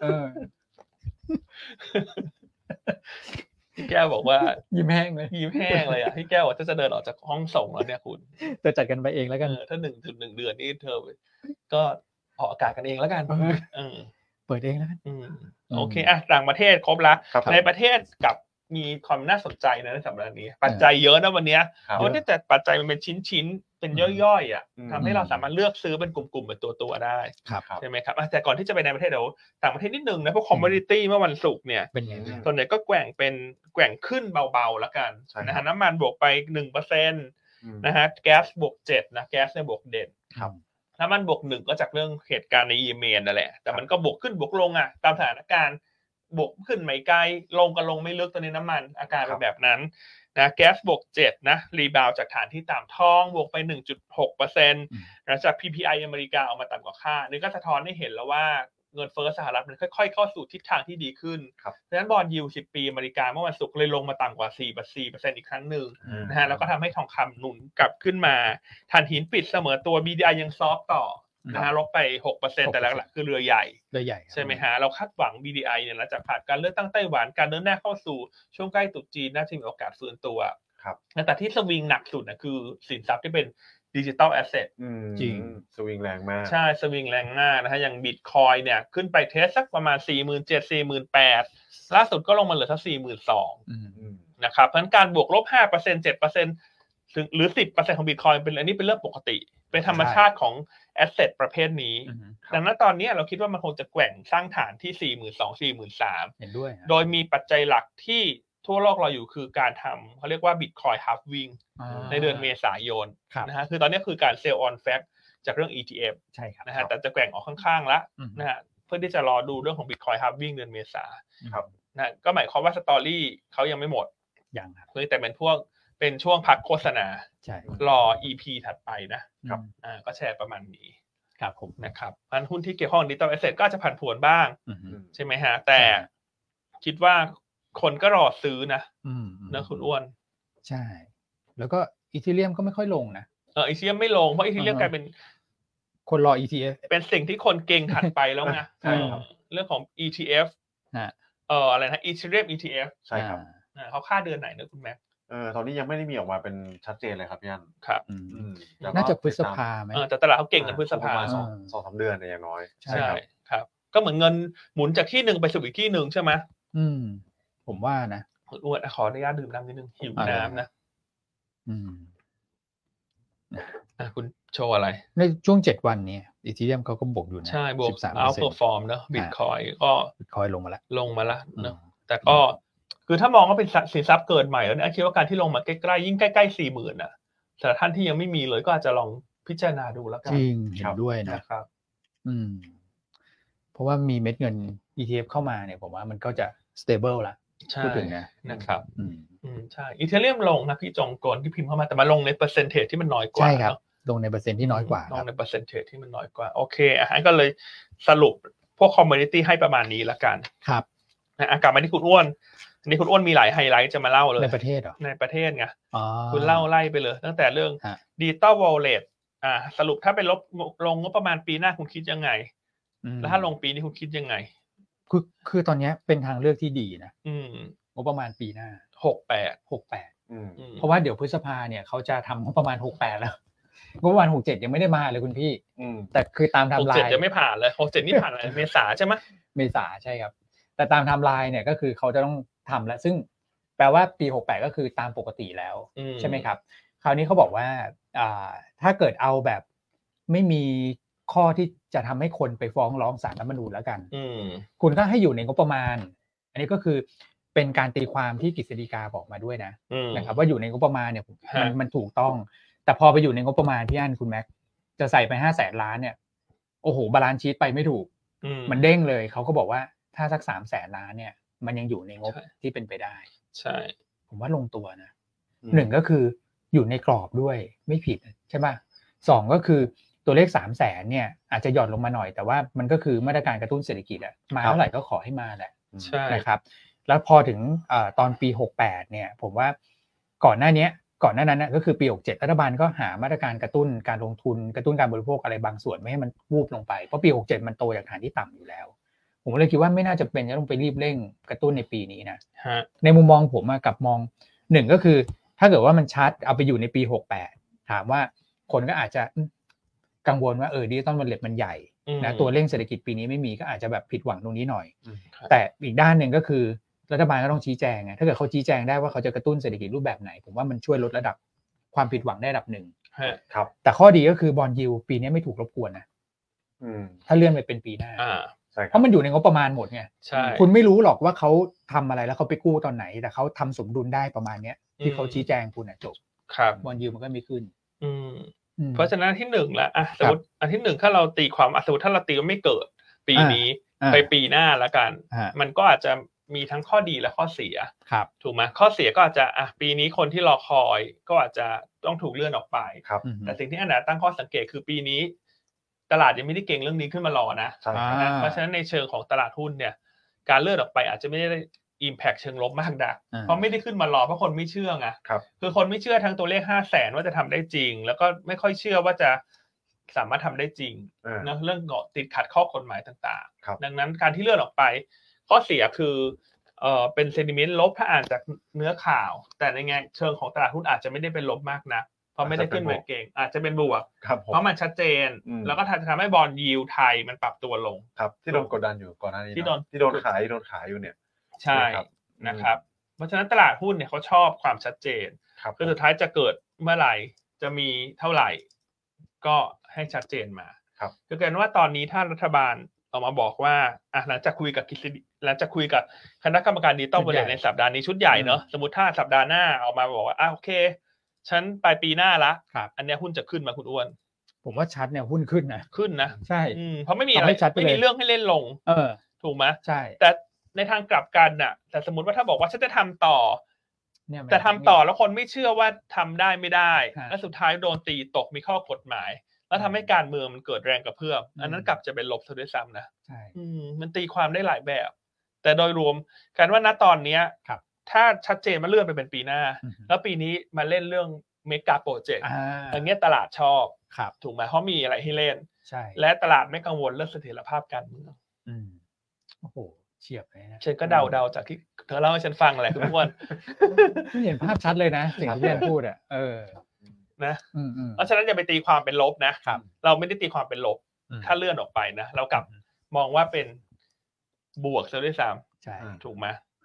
พี่แก้วบอกว่ายิ้มแห้งเลยอ่ะพี่แก้วว่าจะเดินออกจากห้องส่งแล้วเนี่ยคุณจะจัดกันไปเองแล้วกันถ้า 1.1 เดือนนี่เธอก็ออกอากาศกันเองแล้วกันเปิดเองแล้วกันโอเคต่างประเทศครบละในประเทศกับมีความน่าสนใจนะในสัปดาห์นี้ปัจจัยเยอะนะวันนี้เพราะแต่ปัจจัยมันเป็นชิ้นเป็นย่อยๆอ่ะทำให้เราสามารถเลือกซื้อเป็นกลุ่มๆเป็นตัวๆได้ใช่ไหมครับแต่ก่อนที่จะไปในประเทศเดี๋ยวต่างประเทศนิดนึงนะพวกคอมมอดิตี้เมื่อวันศุกร์เนี่ยส่วนใหญ่ก็แกว่งขึ้นเบาๆแล้วกันนะฮะน้ำมันบวกไป 1% นะฮะแก๊สบวก7นะแก๊สเนี่ยบวกเด่นน้ำมันบวก1ก็จากเรื่องเหตุการณ์ในเยเมนนั่นแหละแต่มันก็บวกขึ้นบวกลงอ่ะตามสถานการณ์บวกขึ้นไม่ไกลลงก็ลงไม่ลึกตัวนี้น้ำมันอาการเป็นแบบนั้นนะแก๊สบวก7นะรีบาวจากฐานที่ต่ำทองบวกไป 1.6% หลังจาก PPI อเมริกาออกมาต่ำกว่าคาดนี่ก็สะท้อนให้เห็นแล้วว่าเงินเฟ้อสหรัฐมันค่อยๆเข้าสู่ทิศทางที่ดีขึ้นเพราะฉะนั้นบอนด์ยิลด์10 ปีอเมริกาเมื่อวันศุกร์เลยลงมาต่ำกว่า 4% อีกครั้งหนึ่งนะฮะแล้วก็ทำให้ทองคำหนุนกลับขึ้นมาถ่านหินปิดเสมอตัว BDI ยังซอฟต์ต่อนะฮะลบไป 6% แต่หลักๆคือเรือใหญ่ใช่ไหมฮะเราคาดหวัง BDI เนี่ยหลังจากผ่านการเลือกตั้งไต้หวันการเดินหน้าเข้าสู่ช่วงใกล้ตรุษจีนน่าจะมีโอกาสฟื้นตัวแต่ที่สวิงหนักสุดนะคือสินทรัพย์ที่เป็นดิจิตอลแอสเซทจริงสวิงแรงมากใช่สวิงแรงมากนะฮะอย่าง Bitcoin เนี่ยขึ้นไปเทสสักประมาณ 47,000 48,000 ล่าสุดก็ลงมาเหลือสัก 42,000 นะครับเพราะฉะนั้นการบวกลบ 5% 7%หรือ 10% ของ Bitcoin เป็นอันนี้เป็นเรื่องปกติเป็นธรรมชาติของแอสเซทประเภทนี้ดังนั้นตอนนี้เราคิดว่ามันคงจะแกว่งสร้างฐานที่ 42,000 43,000 เห็นด้วยโดยมีปัจจัยหลักที่ทั่วโลกเราอยู่คือการทำเขาเรียกว่า Bitcoin halving ในเดือนเมษายนนะฮะคือตอนนี้คือการ sell on fact จากเรื่อง ETF ใช่ครับนะฮะแต่จะแกว่งออกข้างๆแล้วนะฮะเพื่อที่จะรอดูเรื่องของ Bitcoin halving เดือนเมษานะก็หมายความว่าสตอรี่เขายังไม่หมดยังครับแต่เป็นช่วงพักโฆษณาใช่รอ EP ถัดไปนะครับก็แชร์ประมาณนี้ครับผมนะครับอันหุ้นที่เกี่ยวข้องดิจิตอลแอสเซทก็จะผันผวนบ้างใช่ไหมฮะแต่คิดว่าคนก็รอซื้อนะคุณอ้วนใช่แล้วก็อีทีเรียมก็ไม่ค่อยลงนะอีทีเรียมไม่ลงเพราะอีทีเรียมกลายเป็นคนรอ ETF เป็นสิ่งที่คนเก่งถัดไปแล้วไงเรื่องของ ETF อะไรนะอีทีเรียม ETF ใช่ครับเขาค่าเดือนไหนนะคุณแม็กตอนนี้ยังไม่ได้มีออกมาเป็นชัดเจนเลยครับพี่อันครับน่าจะพฤษภาไหมแต่ตลาดเขาเก่งกันพฤษภา 2-3 เดือนอย่างน้อยใช่ครับก็เหมือนเงินหมุนจากที่นึงไปสู่อีกที่นึงใช่ไหมผมว่านะอ้วนขออนุญาตดื่มน้ำนิดนึงหิวน้ำนะคุณโชว์อะไรในช่วง7วันนี้อีเธเรียมเขาก็บวกอยู่นะใช่บวก outperform เนอะ Bitcoin ก็ Bitcoin ลงมาแล้วเนอะแต่ก็คือถ้ามองว่าเป็นสินทรัพย์เกิดใหม่แล้วเนี่ยคิดว่าการที่ลงมาใกล้ๆยิ่งใกล้ๆ 40,000 น่ะสำหรับท่านที่ยังไม่มีเลยก็อาจจะลองพิจารณาดูแล้วกันจริงเห็นด้วยนะครับเพราะว่ามีเม็ดเงิน ETF เข้ามาเนี่ยผมว่ามันก็จะ stable ละพูดถึงนะครับใช่อีเธเรียมลงนะพี่จงกลที่พิมพ์เข้ามาแต่มาลงในเปอร์เซ็นต์ที่มันน้อยกว่าใช่ครับลงในเปอร์เซ็นต์ที่น้อยกว่าลงในเปอร์เซ็นต์ที่มันน้อยกว่าโอเคอันก็เลยสรุปพวกคอมมูนิตี้ให้ประมาณนี้ละกันครับกลับมาที่คุณอ้วนอันนี้คุณอ้วนมีหลายไฮไลท์จะมาเล่าเลยในประเทศเหรอในประเทศไงคุณเล่าไล่ไปเลยตั้งแต่เรื่อง Digital Wallet สรุปถ้าเป็นลงงบประมาณปีหน้าคุณคิดยังไงแล้วถ้าลงปีนี้คุณคิดยังไงคือตอนนี้เป็นทางเลือกที่ดีนะงบประมาณปีหน้า68เพราะว่าเดี๋ยวพฤษภาเนี่ยเขาจะทำงบประมาณ68แล้วงบประมาณ67ยังไม่ได้มาเลยคุณพี่แต่คือตามไทม์ไลน์ 67ยังไม่ผ่านเลย67นี่ผ่านอะไรเมษาใช่ไหมเมษาใช่ครับแต่ตามไทม์ไลน์เนี่ยก็คือเขาจะต้องทำแล้วซึ่งแปลว่าปี68ก็คือตามปกติแล้วใช่ไหมครับคราวนี้เขาบอกว่าถ้าเกิดเอาแบบไม่มีข้อที่จะทำให้คนไปฟ้องร้องศาลรัฐธรรมนูญแล้วกันคุณก็ให้อยู่ในงบประมาณอันนี้ก็คือเป็นการตีความที่กฤษฎีกาบอกมาด้วยนะครับว่าอยู่ในงบประมาณเนี่ยมันถูกต้องแต่พอไปอยู่ในงบประมาณพี่อั้นคุณแม็กจะใส่ไป500,000 ล้านเนี่ยโอ้โหบาลานซ์ชีทไปไม่ถูกมันเด้งเลยเขาก็บอกว่าถ้าสัก300,000 ล้านเนี่ยมันยังอยู่ในงบที่เป็นไปได้ใช่ผมว่าลงตัวนะ1ก็คืออยู่ในกรอบด้วยไม่ผิดใช่ป่ะ2ก็คือตัวเลข300,000เนี่ยอาจจะหย่อนลงมาหน่อยแต่ว่ามันก็คือมาตรการกระตุ้นเศรษฐกิจอะมาเท่าไหร่ก็ขอให้มาแหละนะครับแล้วพอถึงตอนปี68เนี่ยผมว่าก่อนหน้านั้นก็คือปี67รัฐบาลก็หามาตรการกระตุ้นการลงทุนกระตุ้นการบริโภคอะไรบางส่วนไม่ให้มันวูบลงไปเพราะปี67มันโตจากฐานที่ต่ำอยู่แล้วผมเลยคิดว่าไม่น่าจะเป็นจะต้องไปรีบเร่งกระตุ้นในปีนี้นะในมุมมองผมกับมอง1ก็คือถ้าเกิดว่ามันชัดเอาไปอยู่ในปี68ถามว่าคนก็อาจจะกังวลว่าดิจิตอลวอลเล็ตมันใหญ่นะตัวเร่งเศรษฐกิจปีนี้ไม่มีก็อาจจะแบบผิดหวังตรงนี้หน่อยแต่อีกด้านหนึ่งก็คือรัฐบาลก็ต้องชี้แจงไงถ้าเกิดเขาชี้แจงได้ว่าเขาจะกระตุ้นเศรษฐกิจรูปแบบไหนผมว่ามันช่วยลดระดับความผิดหวังได้ระดับหนึ่งครับแต่ข้อดีก็คือบอนด์ยิลด์ปีนี้ไม่ถูกรบกวนนะถ้าเลื่อนไปเป็นปีหน้าเพราะมันอยู่ในงบประมาณหมดไงคุณไม่รู้หรอกว่าเขาทำอะไรแล้วเขาไปกู้ตอนไหนแต่เขาทำสมดุลได้ประมาณเนี้ยที่เขาชี้แจงคุณจบบอนด์ยิลด์มันก็ไม่ขึ้นเพราะฉะนั้นที่1แล้วสมมติอันที่1ถ้าเราตีความสมมติถ้าเราตีว่าไม่เกิดปีนี้ไปปีหน้าแล้วกันมันก็อาจจะมีทั้งข้อดีและข้อเสียถูกไหมข้อเสียก็อาจจะปีนี้คนที่รอคอยก็อาจจะต้องถูกเลื่อนออกไปแต่สิ่งที่อันตั้งข้อสังเกตคือปีนี้ตลาดยังไม่ได้เก่งเรื่องนี้ขึ้นมารอนะเพราะฉะนั้นในเชิงของตลาดหุ้นเนี่ยการเลื่อนออกไปอาจจะไม่ได้impact เชิงลบมากนักเพราะไม่ได้ขึ้นมารอเพราะคนไม่เชื่อไงคือคนไม่เชื่อทั้งตัวเลข 500,000 ว่าจะทำได้จริงแล้วก็ไม่ค่อยเชื่อว่าจะสามารถทำได้จริงนะเรื่องติดขัดข้อกฎหมายต่างๆดังนั้นการที่เลื่อนออกไปข้อเสียคือเป็นเซนติเมนต์ลบถ้าอ่านจากเนื้อข่าวแต่ในแง่เชิงของตลาดหุ้นอาจจะไม่ได้เป็นลบมากนักเพราะไม่ได้ขึ้นไปเก่งอาจจะเป็นบวกเพราะมันชัดเจนแล้วก็จะทำให้บอนด์ยิลด์ไทยมันปรับตัวลงครับที่โดนกดดันอยู่ก่อนหน้านี้ที่โดนขายอยู่เนี่ยใช่นะครับเพราะฉะนั้นตลาดหุ้นเนี่ยเขาชอบความชัดเจนคือสุดท้ายจะเกิดเมื่อไหร่จะมีเท่าไหร่ก็ให้ชัดเจนมาคือเกิดว่าตอนนี้ถ้ารัฐบาลออกมาบอกว่าหลังจากคุยกับคณะกรรมการดิจิตอลวอลเล็ตในสัปดาห์นี้ชุดใหญ่เนอะสมมติถ้าสัปดาห์หน้าออกมาบอกว่าโอเคฉันปลายปีหน้าละอันนี้หุ้นจะขึ้นมาคุณอ้วนผมว่าชัดเนี่ยหุ้นขึ้นนะใช่เพราะไม่มีอะไรไม่มีเรื่องให้เล่นลงถูกไหมใช่แต่ในทางกลับกันน่ะแต่สมมติว่าถ้าบอกว่าฉันจะทำต่อแต่ทำต่อแล้วคนไม่เชื่อว่าทำได้ไม่ได้แล้วสุดท้ายโดนตีตกมีข้อกฎหมายแล้วทำให้การเมืองมันเกิดแรงกระเพื่อมอันนั้นกลับจะเป็นลบซะด้วยซ้ำนะใช่มันตีความได้หลายแบบแต่โดยรวมการว่าณตอนนี้ถ้าชัดเจนมาเลื่อนไปเป็นปีหน้าแล้วปีนี้มาเล่นเรื่องเมกะโปรเจกต์อย่างเงี้ยตลาดชอบถูกไหมเพราะมีอะไรให้เล่นและตลาดไม่กังวลเรื่องเสถียรภาพการเมืองโอ้โหเฉียบเลยนะฉันก็เดาจากที่เธอเล่าให้ฉันฟังแหละคุณอ้วนเห็นภาพชัดเลยนะสิ่งที่เธอพูดนะเพราะฉะนั้นอย่าไปตีความเป็นลบนะเราไม่ได้ตีความเป็นลบถ้าเลื่อนออกไปนะเรากลับมองว่าเป็นบวกซะด้วยซ้ำถูกไหม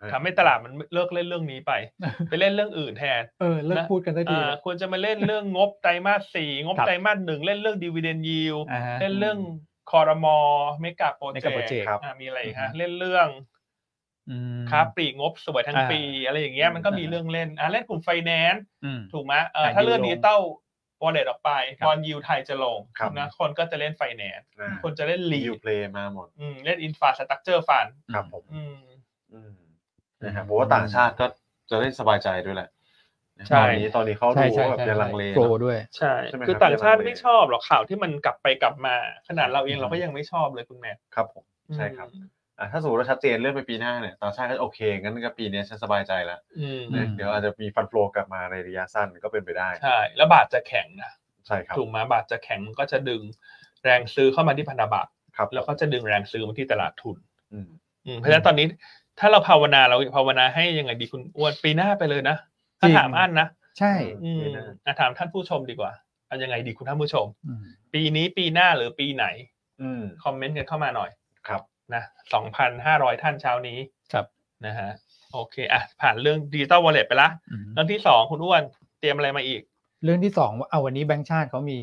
ทำให้ตลาดมันเลิกเล่นเรื่องนี้ไปเล่นเรื่องอื่นแทนเลิกพูดกันได้ดีควรจะมาเล่นเรื่องงบไตรมาส4งบไตรมาส1เล่นเรื่อง dividend yield เล่นเรื่องครม.เมกะโปรเจกต์มีอะไรฮะเล่นเรื่องค้าปลีกงบสวยทั้งปีอะไรอย่างเงี้ยมันก็มีเรื่องเล่นเล่นกลุ่มไฟแนนซ์ถูกไหมถ้าเรื่องดิจิตอลวอลเล็ตออกไปบอนด์ยิลด์ไทยจะลงนะคนก็จะเล่นไฟแนนซ์คนจะเล่นลีดเพลย์มาหมดเล่นอินฟราสตรัคเจอร์ฟันครับผมนะครับเพราะว่าต่างชาติก็จะได้สบายใจด้วยแหละตอนนี้เขาดูแบบยังลังเลโปรด้วยใช่คือต่างชาติไม่ชอบหรอกข่าวที่มันกลับไปกลับมาขนาดเราเองเราก็ยังไม่ชอบเลยคุณแม่ครับผมใช่ครับถ้าสมมติว่าชัดเจนเลื่อนไปปีหน้าเนี่ยต่างชาติก็โอเคงั้นก็ปีนี้ฉันสบายใจแล้วเดี๋ยวอาจจะมีฟันโฟลกลับมาในระยะสั้นก็เป็นไปได้ใช่แล้วบาทจะแข็งนะใช่ครับถูกไหมบาทจะแข็งก็จะดึงแรงซื้อเข้ามาที่พันธบัตรแล้วก็จะดึงแรงซื้อมาที่ตลาดทุนเพราะฉะนั้นตอนนี้ถ้าเราภาวนาให้ยังไงดีคุณอ้วนปีหน้าไปเลยนะถ้าถามอั้นนะใช่ถามท่านผู้ชมดีกว่าเอายังไงดีคุณท่านผู้ชมปีนี้ปีหน้าหรือปีไหนคอมเมนต์กันเข้ามาหน่อยครับนะ 2,500 ท่านเช้านี้ครับนะฮะโอเคผ่านเรื่อง Digital Wallet ไปละเรื่องที่2คุณอ้วนเตรียมอะไรมาอีกเรื่องที่2วันนี้แบงก์ชาติเขามี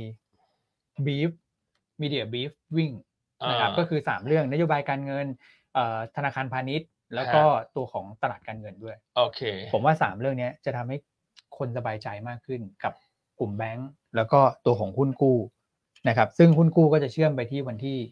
Brief Media Brief วิ่งนะครับก็คือ3เรื่องนโยบายการเงินธนาคารพาณิชย์แล้วก็ตัวของตลาดการเงินด้วยโอเคผมว่า3เรื่องนี้จะทำให้คนสบายใจมากขึ้นกับกลุ่มแบงก์แล้วก็ตัวของหุ้นกู้นะครับซึ่งหุ้นกู้ก็จะเชื่อมไปที่วันที่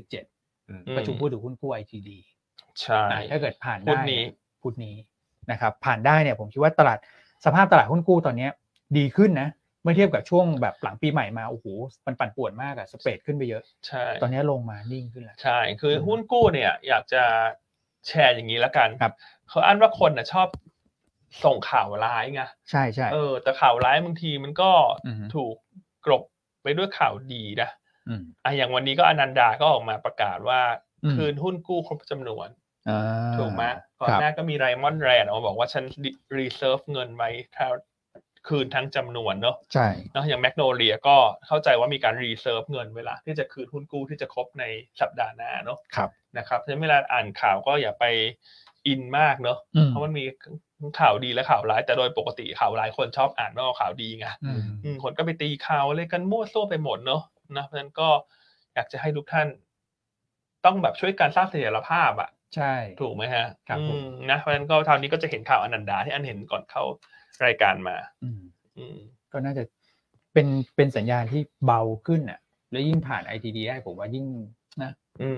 17ประชุมผู้ถือหุ้นกู้ ITD ใช่ถ้าเกิดผ่านได้พุธนี้นะครับผ่านได้เนี่ยผมคิดว่าสภาพตลาดหุ้นกู้ตอนนี้ดีขึ้นนะเมื่อเทียบกับช่วงแบบหลังปีใหม่มาโอ้โหมันปั่นป่วนมากอะสเปรดขึ้นไปเยอะใช่ตอนนี้ลงมานิ่งขึ้นแล้วใช่คือหุ้นกู้เนี่ยอยากจะแชร์อย่างนี้แล้วกันเขาอ้างว่าคนน่ะชอบส่งข่าวร้ายไงใช่แต่ข่าวร้ายบางทีมันก็ถูกกลบไปด้วยข่าวดีนะอย่างวันนี้ก็อนันดาก็ออกมาประกาศว่าคืนหุ้นกู้ครบจำนวนถูกไหมก่อนหน้าก็มีไรมอนด์แรนด์ออกมาบอกว่าฉันรีเซิร์ฟเงินไว้ถ้าคืนทั้งจำนวนเนาะใช่เนาะอย่างแมกโนเลียก็เข้าใจว่ามีการรีเซิร์ฟเงินเวลาที่จะคืนหุ้นกู้ที่จะครบในสัปดาห์หน้าเนาะนะครับฉะนั้นเวลาอ่านข่าวก็อย่าไปอินมากเนาะเพราะมันมีข่าวดีและข่าวร้ายแต่โดยปกติข่าวร้ายคนชอบอ่านว่าข่าวดีไงคนก็ไปตีข่าวอะไรกันมั่วซั่วไปหมดเนาะนะเพราะฉะนั้นก็อยากจะให้ทุกท่านต้องแบบช่วยการสร้างเสถียรภาพอ่ะใช่ถูกไหมฮะนะเพราะฉะนั้นก็คราวนี้ก็จะเห็นข่าวอนันดาที่อันเห็นก่อนเข้ารายการมาก็น่าจะเป็นสัญญาณที่เบาขึ้นอ่ะแล้วยิ่งผ่าน ITD ได้ผมว่ายิ่งนะ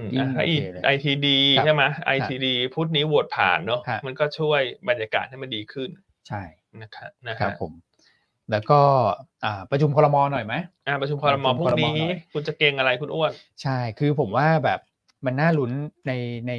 ITD ใช่ไหม ITD พุธนี้โหวตผ่านเนาะมันก็ช่วยบรรยากาศให้มันดีขึ้นใช่นะครับผมแล้วก็ประชุมครม.หน่อยไหมประชุมครม.พรุ่งนี้คุณจะเก่งอะไรคุณอ้วนใช่คือผมว่าแบบมันน่าลุ้นใน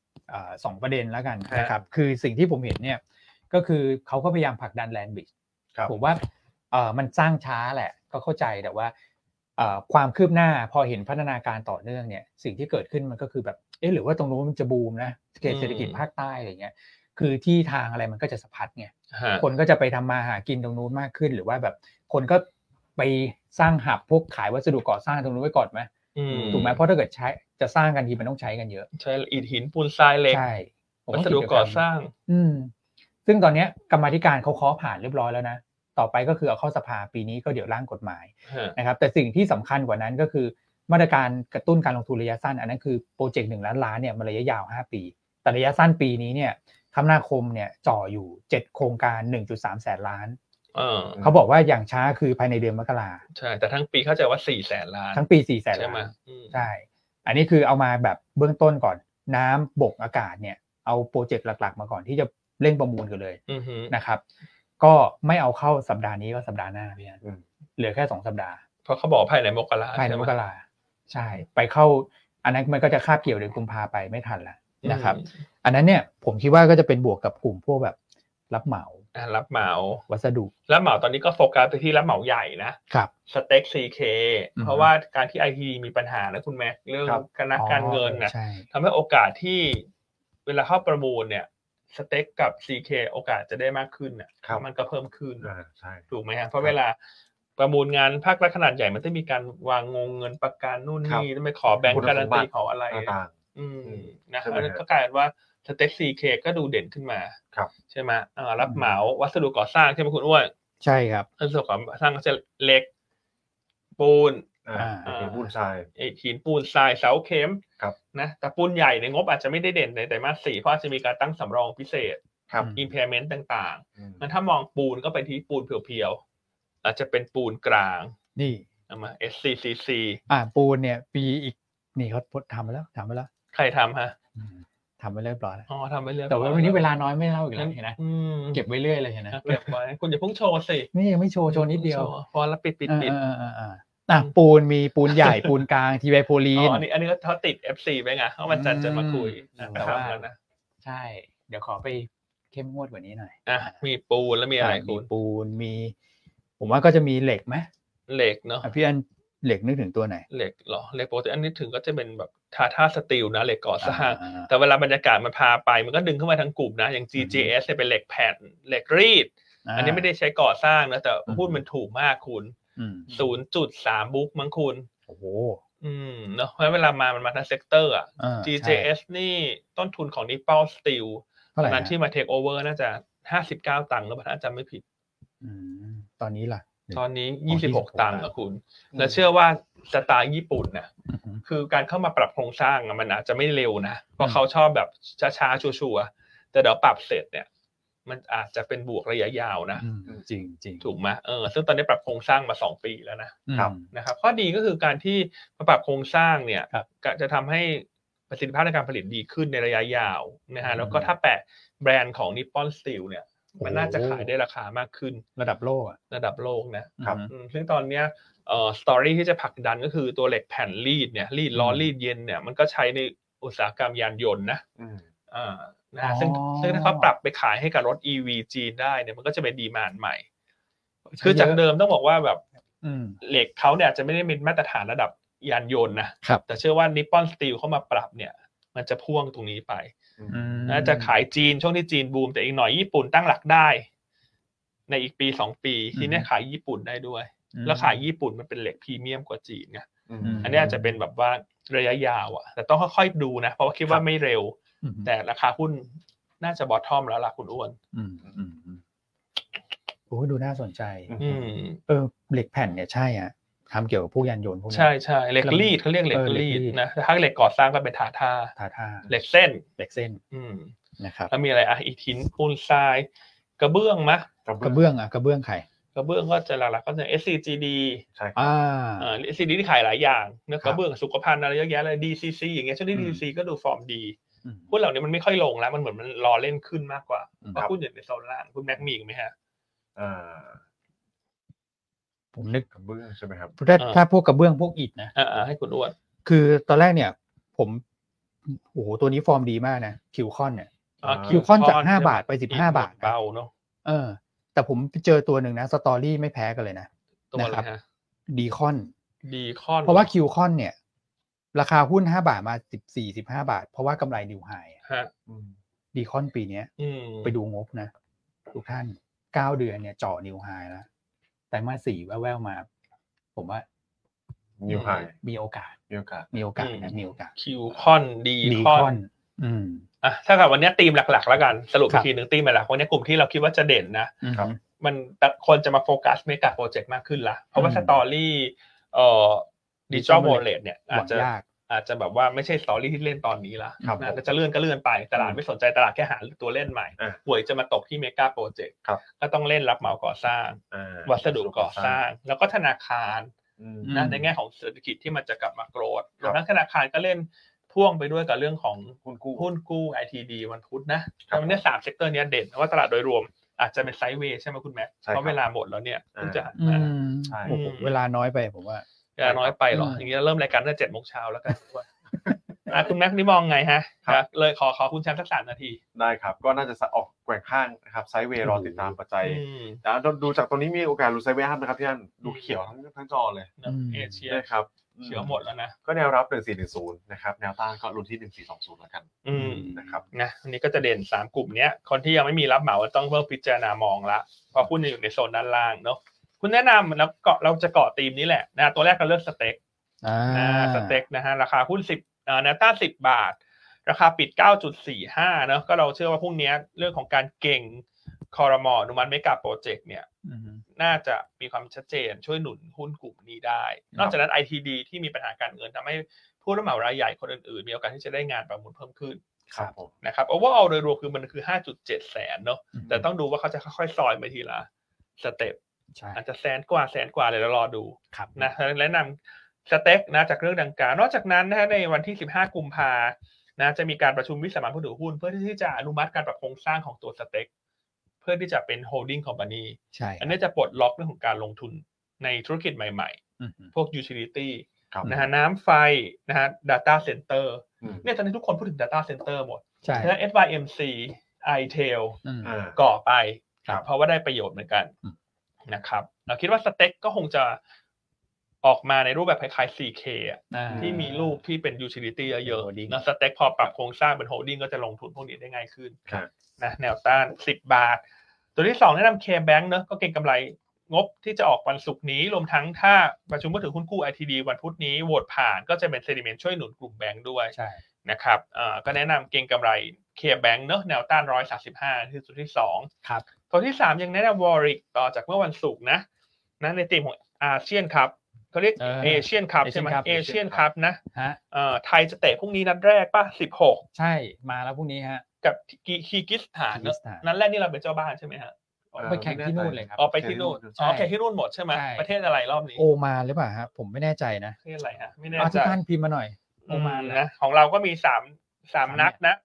2ประเด็นแล้วกันนะครับคือสิ่งที่ผมเห็นเนี่ยก็คือเขาก็พยายามผลักดันแลนด์บริดจ์ผมว่ามันสร้างช้าแหละก็เข้าใจแต่ว่าความคืบหน้าพอเห็นพัฒนาการต่อเนื่องเนี่ยสิ่งที่เกิดขึ้นมันก็คือแบบหรือว่าตรงนู้นมันจะบูมนะเศรษฐกิจภาคใต้อะไรเงี้ยคือที่ทางอะไรมันก็จะสะพัดไงคนก็จะไปทำมาหากินตรงนู้นมากขึ้นหรือว่าแบบคนก็ไปสร้างหับพวกขายวัสดุก่อสร้างตรงนู้นไว้ก่อนไหมถูกไหมเพราะถ้าเกิดใช้จะสร้างกันทีมันต้องใช้กันเยอะใช่อิฐหินปูนทรายเหล็กวัสดุก่อสร้างซึ่งตอนนี้กรรมาธิการเขาเคาะผ่านเรียบร้อยแล้วนะต่อไปก็คือเอาเข้าสภาปีนี้ก็เดี๋ยวร่างกฎหมายนะครับแต่สิ่งที่สำคัญกว่านั้นก็คือมาตรการกระตุ้นการลงทุนระยะสั้นอันนั้นคือโปรเจกต์1 ล้านล้านเนี่ยมันระยะยาว5ปีแต่ระยะสั้นปีนี้เนี่ยคมนาคมเนี่ยจ่ออยู่7โครงการ 1.3 แสนล้านเขาบอกว่าอย่างช้าคือภายในเดือนมกราใช่แต่ทั้งปีเข้าใจว่า4แสนล้านทั้งปี4แสนล้านใช่อันนี้คือเอามาแบบเบื้องต้นก่อนน้ำบกอากาศเนี่ยเอาโปรเจกต์หลักๆมาก่อนที่จะเร่งประมูลกันเลยนะครับก็ไม่เอาเข้าสัปดาห์นี้ก็สัปดาห์หน้าพี่เหลือแค่2สัปดาห์เพราะเขาบอกภายในมกราใช่ไปเข้าอันนั้นมันก็จะคาบเกี่ยวเดือนกุมภาไปไม่ทันแล้วนะครับอันนั้นเนี่ยผมคิดว่าก็จะเป็นบวกกับกลุ่มพวกแบบรับเหมาวัสดุรับเหมาตอนนี้ก็โฟกัสไปที่รับเหมาใหญ่นะครับสเต็ก CK เพราะว่าการที่ ITD มีปัญหานะคุณแม็กเรื่องคณะการเงินนะทำให้โอกาสที่เวลาเข้าประมูลเนี่ยสเต็กกับ CK โอกาสจะได้มากขึ้นน่ะมันก็เพิ่มขึ้นถูกไหมฮะเพราะเวลาประมูลงานภาครัฐขนาดใหญ่มันต้องมีการวางเงินประกันนู่นนี่ต้องไปขอแบงก์การันตีขออะไรนะก็กลายเป็นว่าสเต็ก CK ก็ดูเด่นขึ้นมาครับใช่ไหมรับเหมาวัสดุก่อสร้างใช่ไหมคุณอ้วนใช่ครับวัสดุก่อสร้างก็จะเหล็กปูนปูนทรายหินปูนทรายเสาเข็มนะแต่ปูนใหญ่ในงบอาจจะไม่ได้เด่นในไตรมาส 4เพราะจะมีการตั้งสำรองพิเศษimpairment ต่างๆงั้นถ้ามองปูนก็ไปที่ปูนเพียวๆอาจจะเป็นปูนกลางนี่มา SCCC ปูนเนี่ยปีอีกนี่เขาทำไปแล้วใครทำฮะทำไปเรียบร้อยแล้วทำไปเรียบร้อยแต่ว่าวันนี้เวลาน้อยไม่เล่าอีกแล้วเห็นไหมเก็บไว้เรื่อยเลยเห็นไหมเก็บไว้คุณอย่าเพิ่งโชว์สินี่ยังไม่โชว์นิดเดียวพอแล้วปิดปูนมีปูนใหญ่ปูนกลางทีไวโพลีนอันนี้เขาติด FC ไปไงเพราะมันจะมาคุยแต่ว่าใช่เดี๋ยวขอไปเข้มงวดกว่านี้หน่อยมีปูนแล้วมีอะไรมีปูนมีผมว่าก็จะมีเหล็กไหมเหล็กเนาะพี่อันเหล็กนึกถึงตัวไหนเหล็กเหรอเหล็กปกติอันนี้ถึงก็จะเป็นแบบท่าสตีลนะเหล็กก่อสร้างแต่เวลาบรรยากาศมันพาไปมันก็ดึงเข้ามาทั้งกลุ่มนะอย่าง GJS เป็นเหล็กแผ่นเหล็กรีดอันนี้ไม่ได้ใช้ก่อสร้างนะแต่หุ้นมันถูกมากคุณ 0.3 บุ๊กมั้งคุณโอ้โหเนาะเพราะเวลามันมาทั้งเซกเตอร์GJS นี่ต้นทุนของ Nippon Steel นั้นที่มาเทคโอเวอร์น่าจะ59 ตังค์แล้วถ้าจำไม่ผิดตอนนี้ล่ะตอนนี้26 ตังค์อะคุณแล้วเชื่อว่าสไตล์ญี่ปุ่นนะคือการเข้ามาปรับโครงสร้างมันอาจจะไม่เร็วนะเพราะเขาชอบแบบช้าๆชัวร์ๆแต่เดี๋ยวปรับเสร็จเนี่ยมันอาจจะเป็นบวกระยะยาวนะจริงถูกไหมซึ่งตอนนี้ปรับโครงสร้างมา2 ปีแล้วนะครับข้อดีก็คือการที่มาปรับโครงสร้างเนี่ยจะทำให้ประสิทธิภาพในการผลิตดีขึ้นในระยะยาวนะฮะแล้วก็ถ้าแปะแบรนด์ของ Nippon Steel เนี่ยมันน่าจะขายได้ราคามากขึ้นระดับโลกนะครับซึ่งตอนเนี้ยสตอรี่ที่จะผลักดันก็คือตัวเหล็กแผ่นรีดเนี่ยรีดร้อนรีดเย็นเนี่ยมันก็ใช้ในอุตสาหกรรมยานยนต์นะนะซึ่งถ้าเขาปรับไปขายให้กับรถ EV จีนได้เนี่ยมันก็จะเป็นดีมานด์ใหม่คือจากเดิมต้องบอกว่าแบบเหล็กเขาเนี่ยจะไม่ได้เป็นมาตรฐานระดับยานยนต์นะแต่เชื่อว่า Nippon Steel เข้ามาปรับเนี่ยมันจะพ่วงตรงนี้ไปจะขายจีนช่วงที่จีนบูมแต่อีกหน่อยญี่ปุ่นตั้งหลักได้ในอีกปี2 ปีที่นี่ขายญี่ปุ่นได้ด้วยแล้วขายญี่ปุ่นมันเป็นเหล็กพรีเมียมกว่าจีนไงอันนี้อาจจะเป็นแบบว่าระยะยาวอ่ะแต่ต้องค่อยๆดูนะเพราะว่าคิดว่าไม่เร็วแต่ราคาหุ้นน่าจะบอททอมแล้วล่ะคุณอ้วนโอ้ดูน่าสนใจเหล็กแผ่นเนี่ยใช่อ่ะทำเกี่ยวกับพวกยานยนต์พวกนี้ใช่ๆเหล็กรีดเขาเรียกเหล็กรีดนะถ้าเหล็กก่อสร้างก็เป็นทาท่าเหล็กเส้นนะครับแล้วมีอะไรอีกหินปูนทรายกระเบื้องมะกระเบื้องกระเบื้องใครกระเบื้องก็จะหลักๆก็จะ SCGD ใช่ SCGD ที่ขายหลายอย่างเนื้อกระเบื้องสุขภัณฑ์อะไรเยอะแยะเลย DCC อย่างเงี้ยช่วงนี้ DCC ก็ดูฟอร์มดีหุ้นเหล่านี้มันไม่ค่อยลงแล้วมันเหมือนมันรอเล่นขึ้นมากกว่าเพราะหุ้นอยู่ในโซนล่างคุณแม็กมีอีกไหมฮะผมนึกกระเบื้องใช่ไหมครับถ้าพวกกระเบื้องพวกอิฐนะให้คุณอ้วนคือตอนแรกเนี่ยผมโอ้โหตัวนี้ฟอร์มดีมากนะคิวคอนเนี่ยคิวคอนจาก5 บาทไป15 บาทเบาเนาะแต่ผมไปเจอตัวหนึ่งนะสตอรี่ไม่แพ้กันเลยนะนะครับดีคอนเพราะว่าคิวคอนเนี่ยราคาหุ้น5 บาทมา14-15 บาทเพราะว่ากำไรนิวไฮดีคอนปีนี้ไปดูงบนะทุกท่าน9 เดือนเนี่ยเจาะนิวไฮแล้วแต่มา4แว่วๆมาผมว่านิวไฮมีโอกาสนะมีโอกาสคิวคอนดีคอนถ้ากับวันนี้ธีมหลักๆแล้วกันสรุปอีกทีนึงธีมหลักวันนี้กลุ่มที่เราคิดว่าจะเด่นนะมันคนจะมาโฟกัสเมกะโปรเจกต์มากขึ้นละเพราะว่าสตอรี่ดิจิทัลวอลเล็ตเนี่ยอาจจะแบบว่าไม่ใช่สตอรี่ที่เล่นตอนนี้ละจะเลื่อนก็เลื่อนไปตลาดไม่สนใจตลาดแค่หาตัวเล่นใหม่หวยจะมาตกที่เมกะโปรเจกต์ก็ต้องเล่นรับเหมาก่อสร้างวัสดุก่อสร้างแล้วก็ธนาคารนะในแง่ของเศรษฐกิจที่มันจะกลับมาโกรธรวมทั้งธนาคารก็เล่นพ่วงไปด้วยกับเรื่องของหุ้นกู้ ITD วันพุธนะแต่วันนี้3เซกเตอร์นี้เด่นเพราะว่าตลาดโดยรวมอาจจะเป็นไซด์เวย์ใช่ไหมคุณแม่เพราะเวลาหมดแล้วเนี่ยจะเวลาน้อยไปผมว่าเวลาน้อยไปหรออย่างนี้เริ่มรายการตั้งแต่ 7:00 นแล้วกันคุณแม็กนี่มองไงฮะเลยขอคุณแชมป์สัก3 นาทีได้ครับก็น่าจะออกแกว่งข้างนะครับไซด์เวย์รอติดตามปัจจัยดูจากตัวนี้มีโอกาสลุ้นไซด์เวย์ครับนะครับพี่อันดูเขียวทั้งจอเลยเอเชียครับเขียวหมดแล้วนะก็แนวรับ1410นะครับแนวต้านก็ลุ้นที่1420แล้วกันนะครับนะอันนี้ก็จะเด่น3กลุ่มเนี้ยคนที่ยังไม่มีรับเหมาต้องเริ่มพิจารณามองละเพราะหุ้นอยู่ในโซนด้านล่างเนาะคุณแนะนำแล้วก็เราจะเกาะธีมนี้แหละนะตัวแรกก็เลือกสเต็กสเต็กนะฮะราคาหุ้น10แนวต้าน10 บาทราคาปิด 9.45 เนอะก็เราเชื่อว่าพรุ่งนี้เรื่องของการเก่งครม.อนุมัติเมกะโปรเจกต์เนี่ยน่าจะมีความชัดเจนช่วยหนุนหุ้นกลุ่มนี้ได้นอกจากนั้น ITD ที่มีปัญหาการเงินทำให้ผู้รับเหมารายใหญ่คนอื่นๆมีโอกาสที่จะได้งานประมูลเพิ่มขึ้นครับผมนะครับoverall โดยรวมคือมันคือ 5.7 แสนเนอะแต่ต้องดูว่าเขาจะค่อยๆซอยไปทีละสเต็ปอาจจะแสนกว่าเลยแล้วรอดูนะแนะนำสเต็กนะจากเรื่องดังกล่าวนอกจากนั้นนะในวันที่15กุมภานะจะมีการประชุมวิสามัญผู้ถือหุ้นเพื่อที่จะอนุมัติการปรับโครงสร้างของตัวสเต็กเพื่อที่จะเป็น holding company อันนี้จะปลดล็อกเรื่องของการลงทุนในธุรกิจใหม่ๆพวก utility นะฮะน้ำไฟนะฮะ data center เนี่ยตอนนี้ทุกคนพูดถึง data center หมดใช่ SYMC iTel ก่อไปเพราะว่าได้ประโยชน์เหมือนกันนะครับเราคิดว่าสเต็กก็คงจะออกมาในรูปแบบคล้ายๆ 4K ที่มีรูปที่เป็น utility เยอะๆนะสเต็กพอปรับโครงสร้างเป็น holding ก็จะลงทุนพวกนี้ได้ง่ายขึ้นนะแนวต้าน10 บาทตัวที่2แนะนำ KBank เนอะก็เก็งกำไรงบที่จะออกวันศุกร์นี้รวมทั้งถ้าประชุมผู้ถือหุ้นกู้ ITD วันพุธนี้โหวตผ่านก็จะเป็น sentiment ช่วยหนุนกลุ่มแบงค์ด้วยนะครับก็แนะนำเก็งกำไร KBank เนอะแนวต้าน135ที่ตัวที่2ครับตัวที่3ยังแนะนำ Warwick ต่อจากเมื่อวันศุกร์นะในทีมของอาเซียนครับเขาเรียกเอเชียนคัพใช่ไหมเอเชียนคัพนะไทยจะเตะพรุ่งนี้นัดแรกป่ะ16 ใช่มาแล้วพรุ่งนี้ฮะกับคีร์กิสถานนัดแรกนี่เราเป็นเจ้าบ้านใช่ไหมฮะไปแข่งที่นู่นเลยครับไปที่นู่นแข่งที่นู่นหมดใช่ไหมประเทศอะไรรอบนี้โอมานหรือเปล่าฮะผมไม่แน่ใจนะประเทศอะไรฮะไม่แน่ใจท่านพิมพ์มาหน่อยโอมานนะของเราก็มี3นัดนะ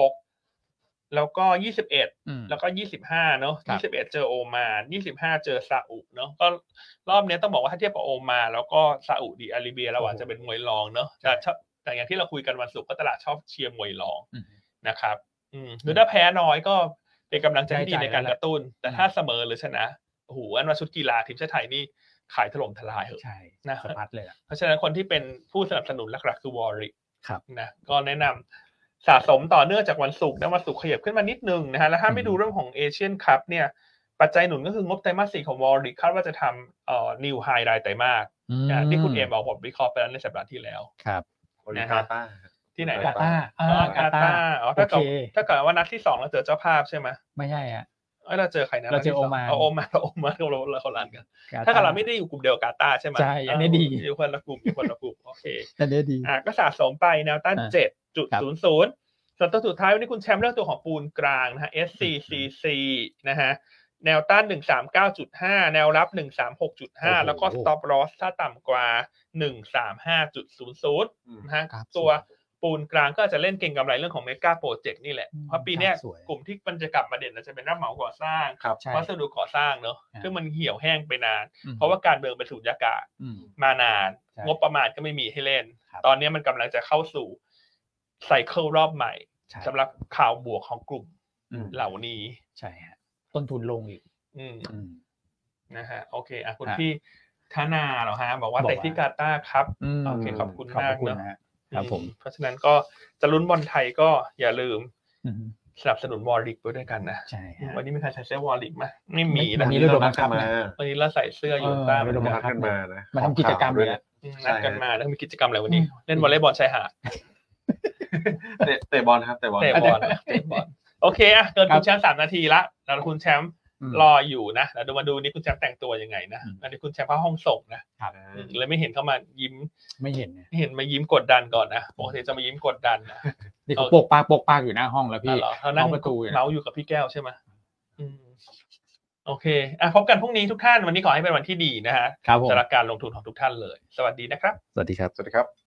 16แล้วก็21แล้วก็25เนาะ21เจอโอมาน25เจอซาอุเนาะก็รอบนี้ต้องบอกว่าถ้าเทียบกับโอมานแล้วก็ซาอุดิอาระเบียเราอาจจะเป็นมวยรองเนาะแต่อย่างที่เราคุยกันวันศุกร์ก็ตลาดชอบเชียร์มวยรองนะครับหรือถ้าแพ้น้อยก็เป็นกำลังใจที่ดีในการกระตุ้นแต่ถ้าเสมอหรือชนะโอ้โหอันว่าชุดกีฬาทีมชาติไทยนี่ขายถล่มทลายเหรอนะสะพัดเลยเพราะฉะนั้นคนที่เป็นผู้สนับสนุนหลักๆคือวอริกนะก็แนะนำสะสมต่อเนื่องจากวันศุกร์นะวันศุกร์ขยับขึ้นมานิดนึงนะฮะแล้วถ้าไม่ดูเรื่องของเอเชียนคัพเนี่ยปัจจัยหนุนก็คืองบไตรมาส4ของวอริกคาดว่าจะทำนิวไฮรายไตรมาสที่คุณเอมบอกผมวิเคราะห์ไปแล้วในสัปดาห์ที่แล้วครับนะฮะที่ไหนกาตาร์ถ้าเกิดว่านัดที่2เราเจอเจ้าภาพใช่ไหมไม่ใช่ฮะเราเจอใครนะเราเจอโอมานเราคนละกันถ้าเกิดเราไม่ได้อยู่กลุ่มเดียวกับกาตาร์ใช่ไหมใช่อันนี้ดีอยู่คนละกลุ่มโอเคอันนี้ดีก็สะสมไปแนวต้าน 7.00 ส่วนตัวสุดท้ายวันนี้คุณแชมป์เลือกตัวของปูนกลางนะฮะ SCCC นะฮะแนวต้าน 139.5 แนวรับ 136.5 แล้วก็ stop loss ถ้าต่ำกว่า 135.00 นะฮะตัวปูนกลางก็จะเล่นเก่งกำไรเรื่องของเมกะโปรเจกต์นี่แหละเพราะปีนี้กลุ่มที่มันจะกลับมาเด่นจะเป็นรับเหมาก่อสร้างวัสดุก่อสร้างเนอะซึ่งมันเหี่ยวแห้งไปนานเพราะว่าการเมืองเป็นสุญญากาศมานานงบประมาณก็ไม่มีให้เล่นตอนนี้มันกำลังจะเข้าสู่ไซเคิลรอบใหม่สำหรับข่าวบวกของกลุ่มเหล่านี้ใช่ฮะต้นทุนลงอีกนะฮะโอเคคุณพี่ธนาเหรอฮะบอกว่าแต่ที่กาตาร์ครับโอเคขอบคุณมากนะครับผมเพราะฉะนั้นก็จะลุ้นบอลไทยก็อย่าลืมสนับสนุนวอลลิกด้วยกันนะใช่วันนี้มีใครใส่เสื้อวอลลิกไหมไม่มีนะวันนี้เราโดนบังคับมาวันนี้เราใส่เสื้อยูต้ามาบังคับมานะมาทำกิจกรรมเลยนัดกันมาแล้วมีกิจกรรมอะไรวันนี้เล่นวอลเลย์บอลชายหาดเตะบอลครับเตะบอลโอเคเกินคุณแชมป์3 นาทีละแล้วคุณแชมป์รออยู่นะแล้วมาดูนี่คุณแชมป์แต่งตัวยังไงนะอันนี้คุณแชมป์เข้าห้องส่งนะเลยไม่เห็นเข้ามายิ้มไม่เห็นมายิ้มกดดันก่อนนะปกติจะมายิ้มกดดันนะนี่เขาโปกปากอยู่หน้าห้องแล้วพี่เขานั่งประตูเมาส์อยู่กับพี่แก้วใช่ไหมโอเคพบกันพรุ่งนี้ทุกท่านวันนี้ขอให้เป็นวันที่ดีนะฮะสำหรับการลงทุนของทุกท่านเลยสวัสดีนะครับสวัสดีครับ